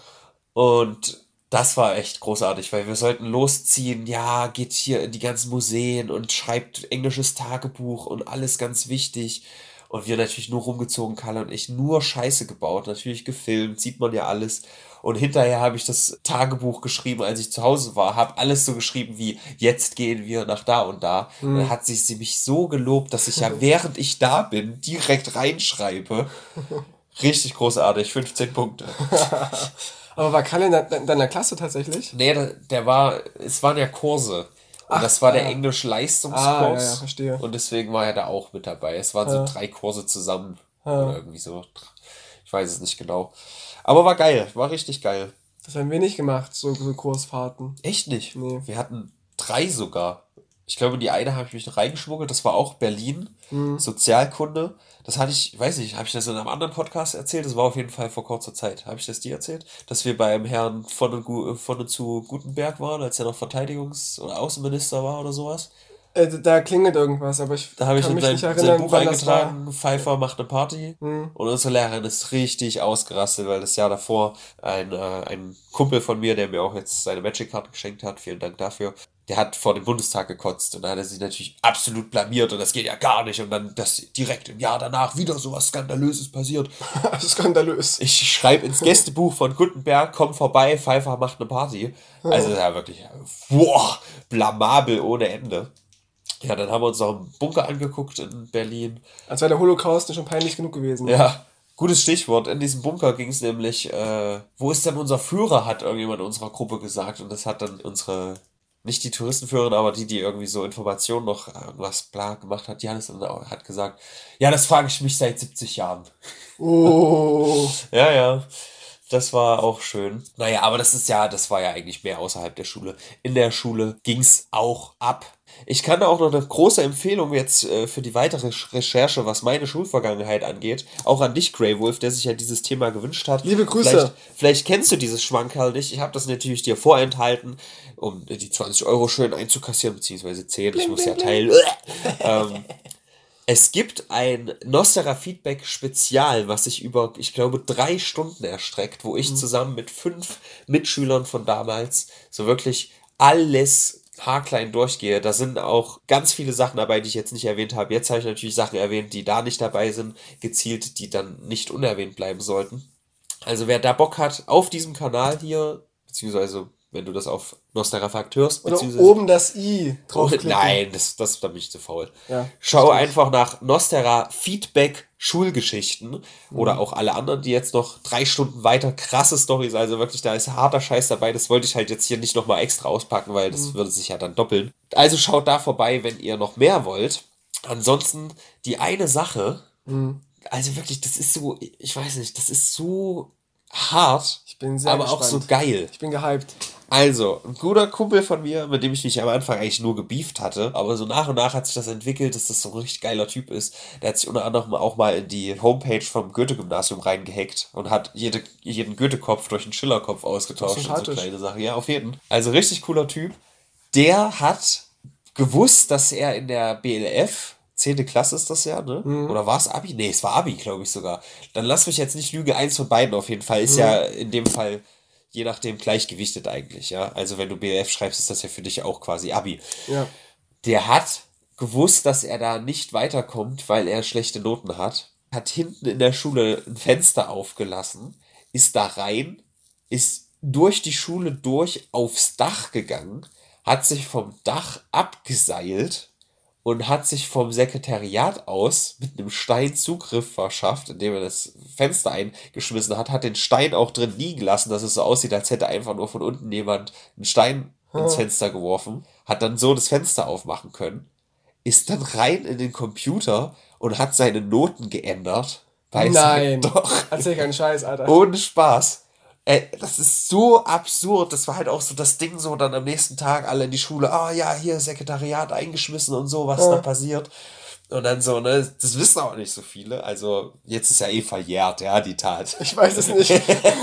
Und das war echt großartig, weil wir sollten losziehen, ja, geht hier in die ganzen Museen und schreibt englisches Tagebuch und alles ganz wichtig. Und wir natürlich nur rumgezogen, Kalle und ich, nur Scheiße gebaut, natürlich gefilmt, sieht man ja alles. Und hinterher habe ich das Tagebuch geschrieben, als ich zu Hause war, habe alles so geschrieben wie, jetzt gehen wir nach da und da. Mhm. Dann hat sich sie mich so gelobt, dass ich ja, während ich da bin, direkt reinschreibe. Richtig großartig, fünfzehn Punkte. Aber war Kalle in, de- in deiner Klasse tatsächlich? Nee, der, der war, es waren ja Kurse. Und Ach, das war der ja. Englisch-Leistungskurs. Ah, ja, ja, verstehe. Und deswegen war er da auch mit dabei. Es waren ja. so drei Kurse zusammen. Ja. Oder irgendwie so. Ich weiß es nicht genau. Aber war geil, war richtig geil. Das haben wir nicht gemacht, so, so Kursfahrten. Echt nicht? Nee. Wir hatten drei sogar. Ich glaube, die eine habe ich mich noch reingeschmuggelt. Das war auch Berlin, mhm. Sozialkunde. Das hatte ich, weiß nicht, habe ich das in einem anderen Podcast erzählt? Das war auf jeden Fall vor kurzer Zeit. Habe ich das dir erzählt? Dass wir beim Herrn von und, von und zu Gutenberg waren, als er noch Verteidigungs- oder Außenminister war oder sowas? Äh, da klingelt irgendwas, aber ich da habe ich kann mich sein, nicht erinnern, sein Buch eingetragen, Pfeiffer macht eine Party. Mhm. Und unsere Lehrerin ist richtig ausgerastet, weil das Jahr davor ein, äh, ein Kumpel von mir, der mir auch jetzt seine Magic-Karte geschenkt hat, vielen Dank dafür, der hat vor dem Bundestag gekotzt und da hat er sich natürlich absolut blamiert und das geht ja gar nicht und dann, dass direkt im Jahr danach wieder sowas Skandalöses passiert. Skandalös. Ich schreibe ins Gästebuch von Gutenberg, komm vorbei, Pfeiffer macht eine Party. Also ja wirklich, boah, blamabel ohne Ende. Ja, dann haben wir uns noch einen Bunker angeguckt in Berlin. Als wäre der Holocaust nicht schon peinlich genug gewesen. Ja, gutes Stichwort. In diesem Bunker ging es nämlich, äh, wo ist denn unser Führer, hat irgendjemand in unserer Gruppe gesagt. Und das hat dann unsere, nicht die Touristenführerin, aber die, die irgendwie so Informationen noch irgendwas bla gemacht hat, die hat, hat gesagt, ja, das frage ich mich seit siebzig Jahren. Oh. Ja, ja. Das war auch schön. Naja, aber das ist ja, das war ja eigentlich mehr außerhalb der Schule. In der Schule ging's auch ab. Ich kann da auch noch eine große Empfehlung jetzt äh, für die weitere Recherche, was meine Schulvergangenheit angeht, auch an dich, Grey Wolf, der sich ja dieses Thema gewünscht hat. Liebe Grüße. Vielleicht, vielleicht kennst du dieses Schmankerl nicht. Ich habe das natürlich dir vorenthalten, um die zwanzig Euro schön einzukassieren, beziehungsweise zehn, ich muss ja teilen. ähm, Es gibt ein Nostera-Feedback-Spezial, was sich über, ich glaube, drei Stunden erstreckt, wo ich mhm. zusammen mit fünf Mitschülern von damals so wirklich alles haarklein durchgehe. Da sind auch ganz viele Sachen dabei, die ich jetzt nicht erwähnt habe. Jetzt habe ich natürlich Sachen erwähnt, die da nicht dabei sind, gezielt, die dann nicht unerwähnt bleiben sollten. Also wer da Bock hat, auf diesem Kanal hier, beziehungsweise wenn du das auf Nostera-Fakt hörst, oder oben das I draufklicken. Nein, das, das, da bin ich zu faul. Ja, Schau stimmt. einfach nach Nostera Feedback Schulgeschichten mhm. oder auch alle anderen, die jetzt noch drei Stunden weiter krasse Storys, also wirklich, da ist harter Scheiß dabei. Das wollte ich halt jetzt hier nicht nochmal extra auspacken, weil das mhm. würde sich ja dann doppeln. Also schaut da vorbei, wenn ihr noch mehr wollt. Ansonsten die eine Sache, mhm. also wirklich, das ist so, ich weiß nicht, das ist so hart, ich bin sehr aber gespannt. Auch so geil. Ich bin gehypt. Also, ein guter Kumpel von mir, mit dem ich mich am Anfang eigentlich nur gebieft hatte, aber so nach und nach hat sich das entwickelt, dass das so ein richtig geiler Typ ist. Der hat sich unter anderem auch mal in die Homepage vom Goethe-Gymnasium reingehackt und hat jede, jeden Goethe-Kopf durch einen Schiller-Kopf ausgetauscht und so kleine Sachen. Ja, auf jeden Fall. Also richtig cooler Typ. Der hat gewusst, dass er in der B L F, zehnte Klasse ist das ja, ne? Mhm. Oder war es Abi? Nee, es war Abi, glaube ich sogar. Dann lass mich jetzt nicht lügen, eins von beiden auf jeden Fall. Ist mhm. ja in dem Fall je nachdem gleichgewichtet eigentlich, ja. Also wenn du B L F schreibst, ist das ja für dich auch quasi Abi. Ja. Der hat gewusst, dass er da nicht weiterkommt, weil er schlechte Noten hat. Hat hinten in der Schule ein Fenster aufgelassen, ist da rein, ist durch die Schule durch aufs Dach gegangen, hat sich vom Dach abgeseilt und hat sich vom Sekretariat aus mit einem Stein Zugriff verschafft, indem er das Fenster eingeschmissen hat, hat den Stein auch drin liegen lassen, dass es so aussieht, als hätte einfach nur von unten jemand einen Stein ins Fenster geworfen, hat dann so das Fenster aufmachen können, ist dann rein in den Computer und hat seine Noten geändert. Nein, doch. Erzähl keinen Scheiß, Alter. Ohne Spaß. Ey, das ist so absurd. Das war halt auch so das Ding, so dann am nächsten Tag alle in die Schule, ah oh, ja, hier Sekretariat eingeschmissen und so, was ja. da passiert. Und dann so, ne, das wissen auch nicht so viele. Also jetzt ist ja eh verjährt, ja, die Tat. Ich weiß es nicht.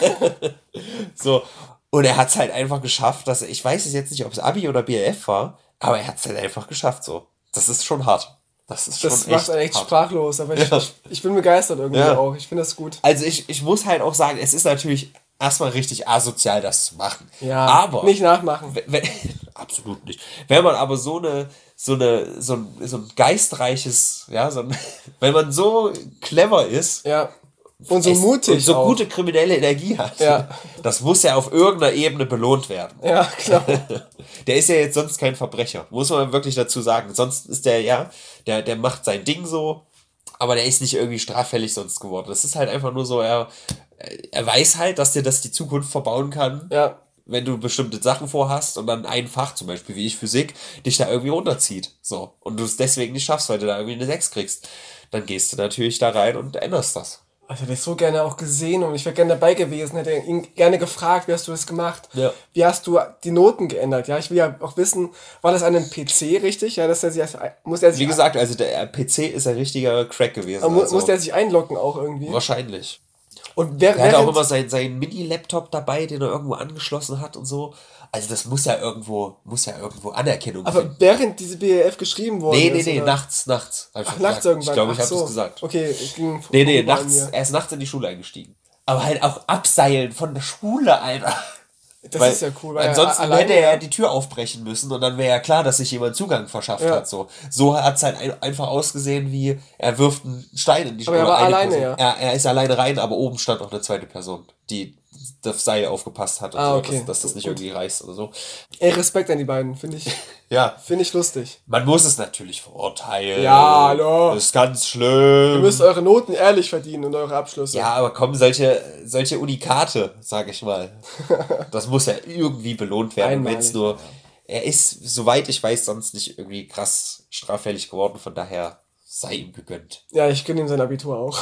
So, und er hat es halt einfach geschafft, dass er, ich weiß es jetzt nicht, ob es Abi oder B L F war, aber er hat es halt einfach geschafft, so. Das ist schon hart. Das ist schon das macht einen echt hart. Sprachlos, aber ich, ja. ich, ich bin begeistert irgendwie ja. auch. Ich finde das gut. Also ich, ich muss halt auch sagen, es ist natürlich erstmal richtig asozial, das zu machen. Ja, aber nicht nachmachen. Wenn, wenn, absolut nicht. Wenn man aber so eine, so eine, so ein, so ein geistreiches, ja, so ein, wenn man so clever ist. Ja. Und so mutig. Und so auch. Gute kriminelle Energie hat. Ja. Das muss ja auf irgendeiner Ebene belohnt werden. Ja, klar. Der ist ja jetzt sonst kein Verbrecher. Muss man wirklich dazu sagen. Sonst ist der, ja, der, der macht sein Ding so. Aber der ist nicht irgendwie straffällig sonst geworden. Das ist halt einfach nur so, er, er weiß halt, dass dir das die Zukunft verbauen kann. Ja. Wenn du bestimmte Sachen vorhast und dann ein Fach, zum Beispiel wie ich Physik, dich da irgendwie runterzieht. So. Und du es deswegen nicht schaffst, weil du da irgendwie eine sechs kriegst. Dann gehst du natürlich da rein und änderst das. Also ich hätte so gerne auch gesehen und ich wäre gerne dabei gewesen, hätte ihn gerne gefragt, wie hast du das gemacht? Ja. Wie hast du die Noten geändert? Ja, ich will ja auch wissen, war das an einem P C richtig? Ja, dass er sich, muss er sich Wie gesagt, also der P C ist ein richtiger Crack gewesen. Aber mu- also. Muss der sich einloggen auch irgendwie? Wahrscheinlich. Und wer, er hat auch immer seinen sein Mini-Laptop dabei, den er irgendwo angeschlossen hat und so. Also das muss ja irgendwo, muss ja irgendwo Anerkennung Aber finden. Während diese B L F geschrieben wurde. Nee, nee, nee, oder? nachts, nachts. Ach, nachts irgendwann. Ich glaube, ich habe so. das gesagt. Okay, ich ging Nee, nee, nachts, er ist nachts in die Schule eingestiegen. Aber halt auch abseilen von der Schule, Alter. Das weil ist ja cool. Weil ansonsten alleine, hätte er die Tür aufbrechen müssen und dann wäre ja klar, dass sich jemand Zugang verschafft ja. hat. So, so hat es halt ein, einfach ausgesehen, wie er wirft einen Stein in die Schule. Aber er war alleine, ja. Er, er ist alleine rein, aber oben stand noch eine zweite Person, die das Seil aufgepasst hat und ah, so, okay. dass, dass das nicht Gut. irgendwie reißt oder so. Ey, Respekt an die beiden, finde ich. Ja. Finde ich lustig. Man muss es natürlich verurteilen. Ja, hallo. Das ist ganz schlimm. Ihr müsst eure Noten ehrlich verdienen und eure Abschlüsse. Ja, aber kommen solche, solche Unikate, sag ich mal. Das muss ja irgendwie belohnt werden, wenn es nur... Er ist, soweit ich weiß, sonst nicht irgendwie krass straffällig geworden, von daher sei ihm gegönnt. Ja, ich gönne ihm sein Abitur auch.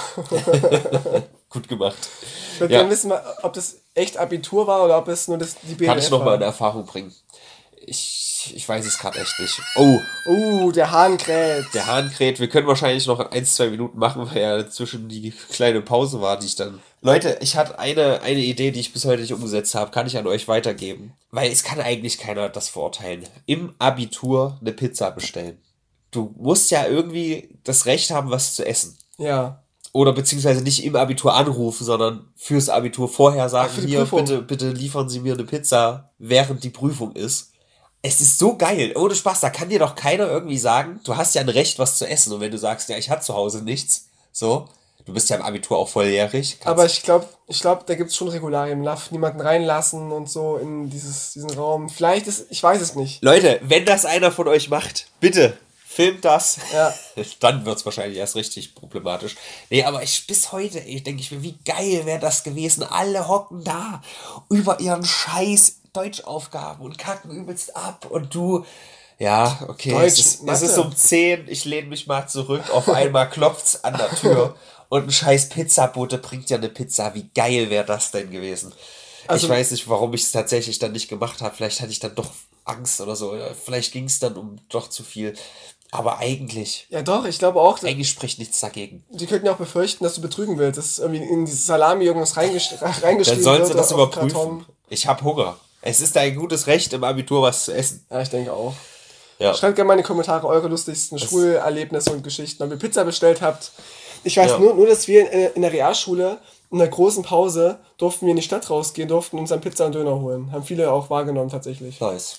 Gut gemacht. Ich würde ja. gerne wissen, ob das echt Abitur war oder ob es nur das, die B L F Kann ich noch war. mal in Erfahrung bringen. Ich, ich weiß es gerade echt nicht. Oh. Uh, der Hahn kräht. Der Hahn kräht. Wir können wahrscheinlich noch ein, zwei Minuten machen, weil ja zwischen die kleine Pause war, die ich dann... Leute, ich hatte eine, eine Idee, die ich bis heute nicht umgesetzt habe. Kann ich an euch weitergeben. Weil es kann eigentlich keiner das verurteilen. Im Abitur eine Pizza bestellen. du musst ja irgendwie das Recht haben, was zu essen. Ja. Oder beziehungsweise nicht im Abitur anrufen, sondern fürs Abitur vorher sagen, Ach, für die hier, Prüfung. bitte, bitte liefern Sie mir eine Pizza, während die Prüfung ist. Es ist so geil, ohne Spaß, da kann dir doch keiner irgendwie sagen, du hast ja ein Recht, was zu essen. Und wenn du sagst, ja, ich hatte zu Hause nichts, so, du bist ja im Abitur auch volljährig. Aber ich glaube, ich glaub, da gibt es schon Regularien. Man darf niemanden reinlassen und so in dieses, diesen Raum. Vielleicht ist, ich weiß es nicht. Leute, wenn das einer von euch macht, bitte, filmt das. Ja. Dann wird es wahrscheinlich erst richtig problematisch. Nee, aber ich bis heute, ich denke ich mir, wie geil wäre das gewesen. Alle hocken da über ihren Scheiß Deutschaufgaben und kacken übelst ab. Und du, ja, okay, Deutsch, es, ist, es Mathe. ist um zehn, ich lehne mich mal zurück. Auf einmal klopft's an der Tür und ein scheiß Pizzabote bringt ja eine Pizza. Wie geil wäre das denn gewesen? Also- ich weiß nicht, warum ich es tatsächlich dann nicht gemacht habe. Vielleicht hatte ich dann doch Angst oder so. Vielleicht ging es dann um doch zu viel. Aber eigentlich, Ja doch, ich glaube auch, eigentlich spricht nichts dagegen. die könnten ja auch befürchten, dass du betrügen willst, dass irgendwie in dieses Salami irgendwas reingest- reingeschrieben Dann sollen wird. sie das auf überprüfen. Karton. Ich habe Hunger. Es ist ein gutes Recht, im Abitur was zu essen. Ja, ich denke auch. Ja. Schreibt gerne mal in die Kommentare eure lustigsten Schulerlebnisse und Geschichten, wenn ihr Pizza bestellt habt. Ich weiß Ja. nur, nur, dass wir in, in der Realschule in der großen Pause durften wir in die Stadt rausgehen, durften uns dann Pizza und Döner holen. Haben viele auch wahrgenommen tatsächlich. Nice.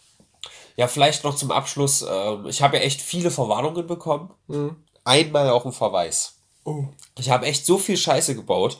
Ja, vielleicht noch zum Abschluss. Ähm, ich habe ja echt viele Verwarnungen bekommen. Einmal auch einen Verweis. Oh. Ich habe echt so viel Scheiße gebaut,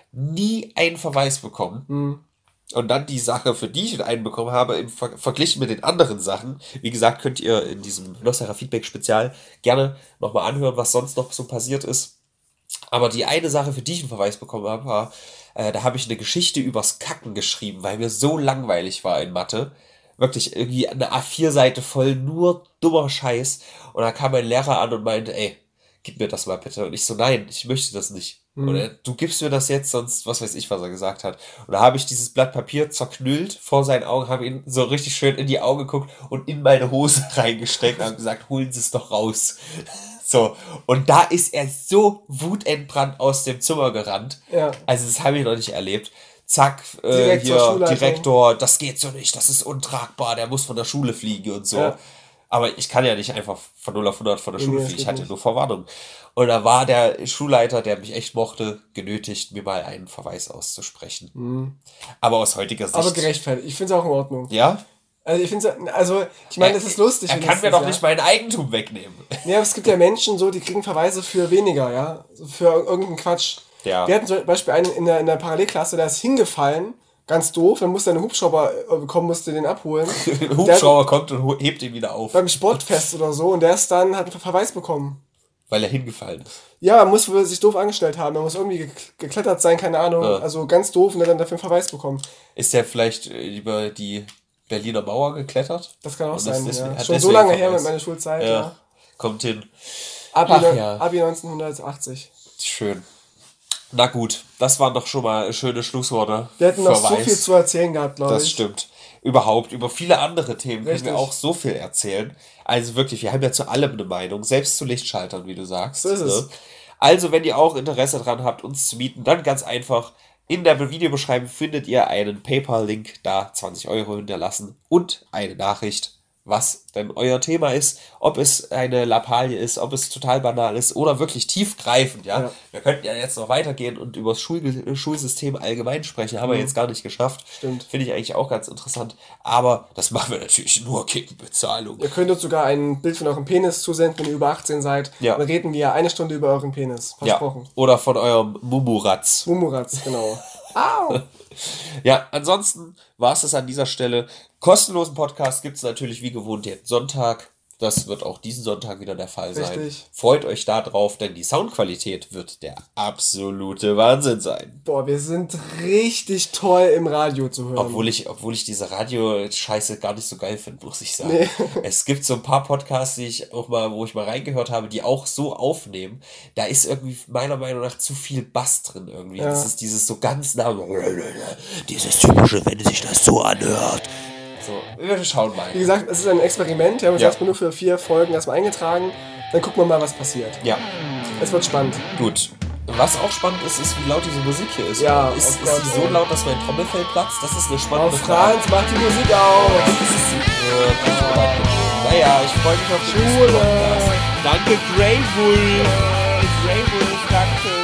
nie einen Verweis bekommen. Und dann die Sache, für die ich einen bekommen habe, im Ver verglichen mit den anderen Sachen. Wie gesagt, könnt ihr in diesem Nostera Feedback Spezial gerne nochmal anhören, was sonst noch so passiert ist. Aber die eine Sache, für die ich einen Verweis bekommen habe, war, äh, da habe ich eine Geschichte übers Kacken geschrieben, weil mir so langweilig war in Mathe. Wirklich irgendwie eine A vier Seite voll nur dummer Scheiß. Und da kam mein Lehrer an und meinte, ey, gib mir das mal bitte. Und ich so, nein, ich möchte das nicht. Mhm. Und er, du gibst mir das jetzt, sonst, was weiß ich, was er gesagt hat. Und da habe ich dieses Blatt Papier zerknüllt vor seinen Augen, habe ihn so richtig schön in die Augen geguckt und in meine Hose reingesteckt und habe gesagt, holen Sie es doch raus. So, und da ist er so wutentbrannt aus dem Zimmer gerannt. Ja. Also das habe ich noch nicht erlebt. Zack, äh, Direkt zur hier, Schulleitung. Direktor, das geht so nicht, das ist untragbar, der muss von der Schule fliegen und so. Ja. Aber ich kann ja nicht einfach von null auf hundert von der Nee, Schule nee, das fliegen, ich geht hatte nicht. nur Verwarnung. Und da war der Schulleiter, der mich echt mochte, genötigt, mir mal einen Verweis auszusprechen. Aber aus heutiger Sicht... Aber gerechtfertigt. Ich finde es auch in Ordnung. Ja? Also ich finde also ich meine, das ist lustig. Er kann wenigstens, mir doch ja. nicht mein Eigentum wegnehmen. Ja, aber es gibt ja Menschen so, die kriegen Verweise für weniger, ja. So für irgendeinen Quatsch. Ja. Wir hatten zum Beispiel einen in der, in der Parallelklasse, der ist hingefallen, ganz doof, dann musste ein Hubschrauber äh, kommen, musste den abholen. Ein Hubschrauber kommt und ho- hebt ihn wieder auf, Beim Sportfest oder so und der ist dann, hat einen Verweis bekommen. weil er hingefallen ist. Ja, er muss wohl sich doof angestellt haben, er muss irgendwie ge- geklettert sein, keine Ahnung. Ja. Also ganz doof und hat dann dafür einen Verweis bekommen. Ist der vielleicht äh, über die Berliner Mauer geklettert? Das kann auch Und sein, ist- ja. hat Schon so deswegen lange her Verweis. mit meiner Schulzeit, Ja, ja. kommt hin. Abi, Ach ne- ja. Abi neunzehnhundertachtzig. Schön. Na gut, das waren doch schon mal schöne Schlussworte. Wir hätten noch so Verweis. viel zu erzählen gehabt, glaube ich. Das stimmt. Überhaupt, über viele andere Themen Richtig. können wir auch so viel erzählen. Also wirklich, wir haben ja zu allem eine Meinung, selbst zu Lichtschaltern, wie du sagst. So ist es. Ne? Also, wenn ihr auch Interesse dran habt, uns zu mieten, dann ganz einfach in der Videobeschreibung findet ihr einen PayPal-Link, da zwanzig Euro hinterlassen und eine Nachricht, was denn euer Thema ist, ob es eine Lappalie ist, ob es total banal ist oder wirklich tiefgreifend, ja. Ja. Wir könnten ja jetzt noch weitergehen und über das Schul Schulsystem allgemein sprechen, haben wir jetzt gar nicht geschafft. Stimmt. Finde ich eigentlich auch ganz interessant, aber das machen wir natürlich nur gegen Bezahlung. Ihr könnt uns sogar ein Bild von eurem Penis zusenden, wenn ihr über achtzehn seid. Ja. Dann reden wir eine Stunde über euren Penis. Versprochen. Ja. Oder von eurem Mumuratz. Mumuratz, genau. Au! Ja, ansonsten war es das an dieser Stelle. Kostenlosen Podcast gibt es natürlich wie gewohnt jeden Sonntag. Das wird auch diesen Sonntag wieder der Fall sein. Richtig. Freut euch da drauf, denn die Soundqualität wird der absolute Wahnsinn sein. Boah, wir sind richtig toll im Radio zu hören. Obwohl ich, obwohl ich diese Radio-Scheiße gar nicht so geil finde, muss ich sagen. Nee. Es gibt so ein paar Podcasts, die ich auch mal, wo ich mal reingehört habe, die auch so aufnehmen. Da ist irgendwie meiner Meinung nach zu viel Bass drin irgendwie. Ja. Das ist dieses so ganz nah. Dieses typische, wenn sich das so anhört. So, wir schauen mal. Wie gesagt, es ist ein Experiment. Wir haben uns Ja. erstmal nur für vier Folgen erstmal eingetragen. Dann gucken wir mal, was passiert. Ja, Es wird spannend. gut. Was auch spannend ist, ist, wie laut diese Musik hier ist. Ja, ist, oh ist Gott, die so ey. laut, dass mein Trommelfell platzt? Das ist eine Oh, spannende Frage. Franz, mach die Musik aus! Das ist wirklich unangenehm. Naja, ich freue mich auf die nächste Schule. Podcast. Danke, Grey Wolf. Grey Wolf, danke.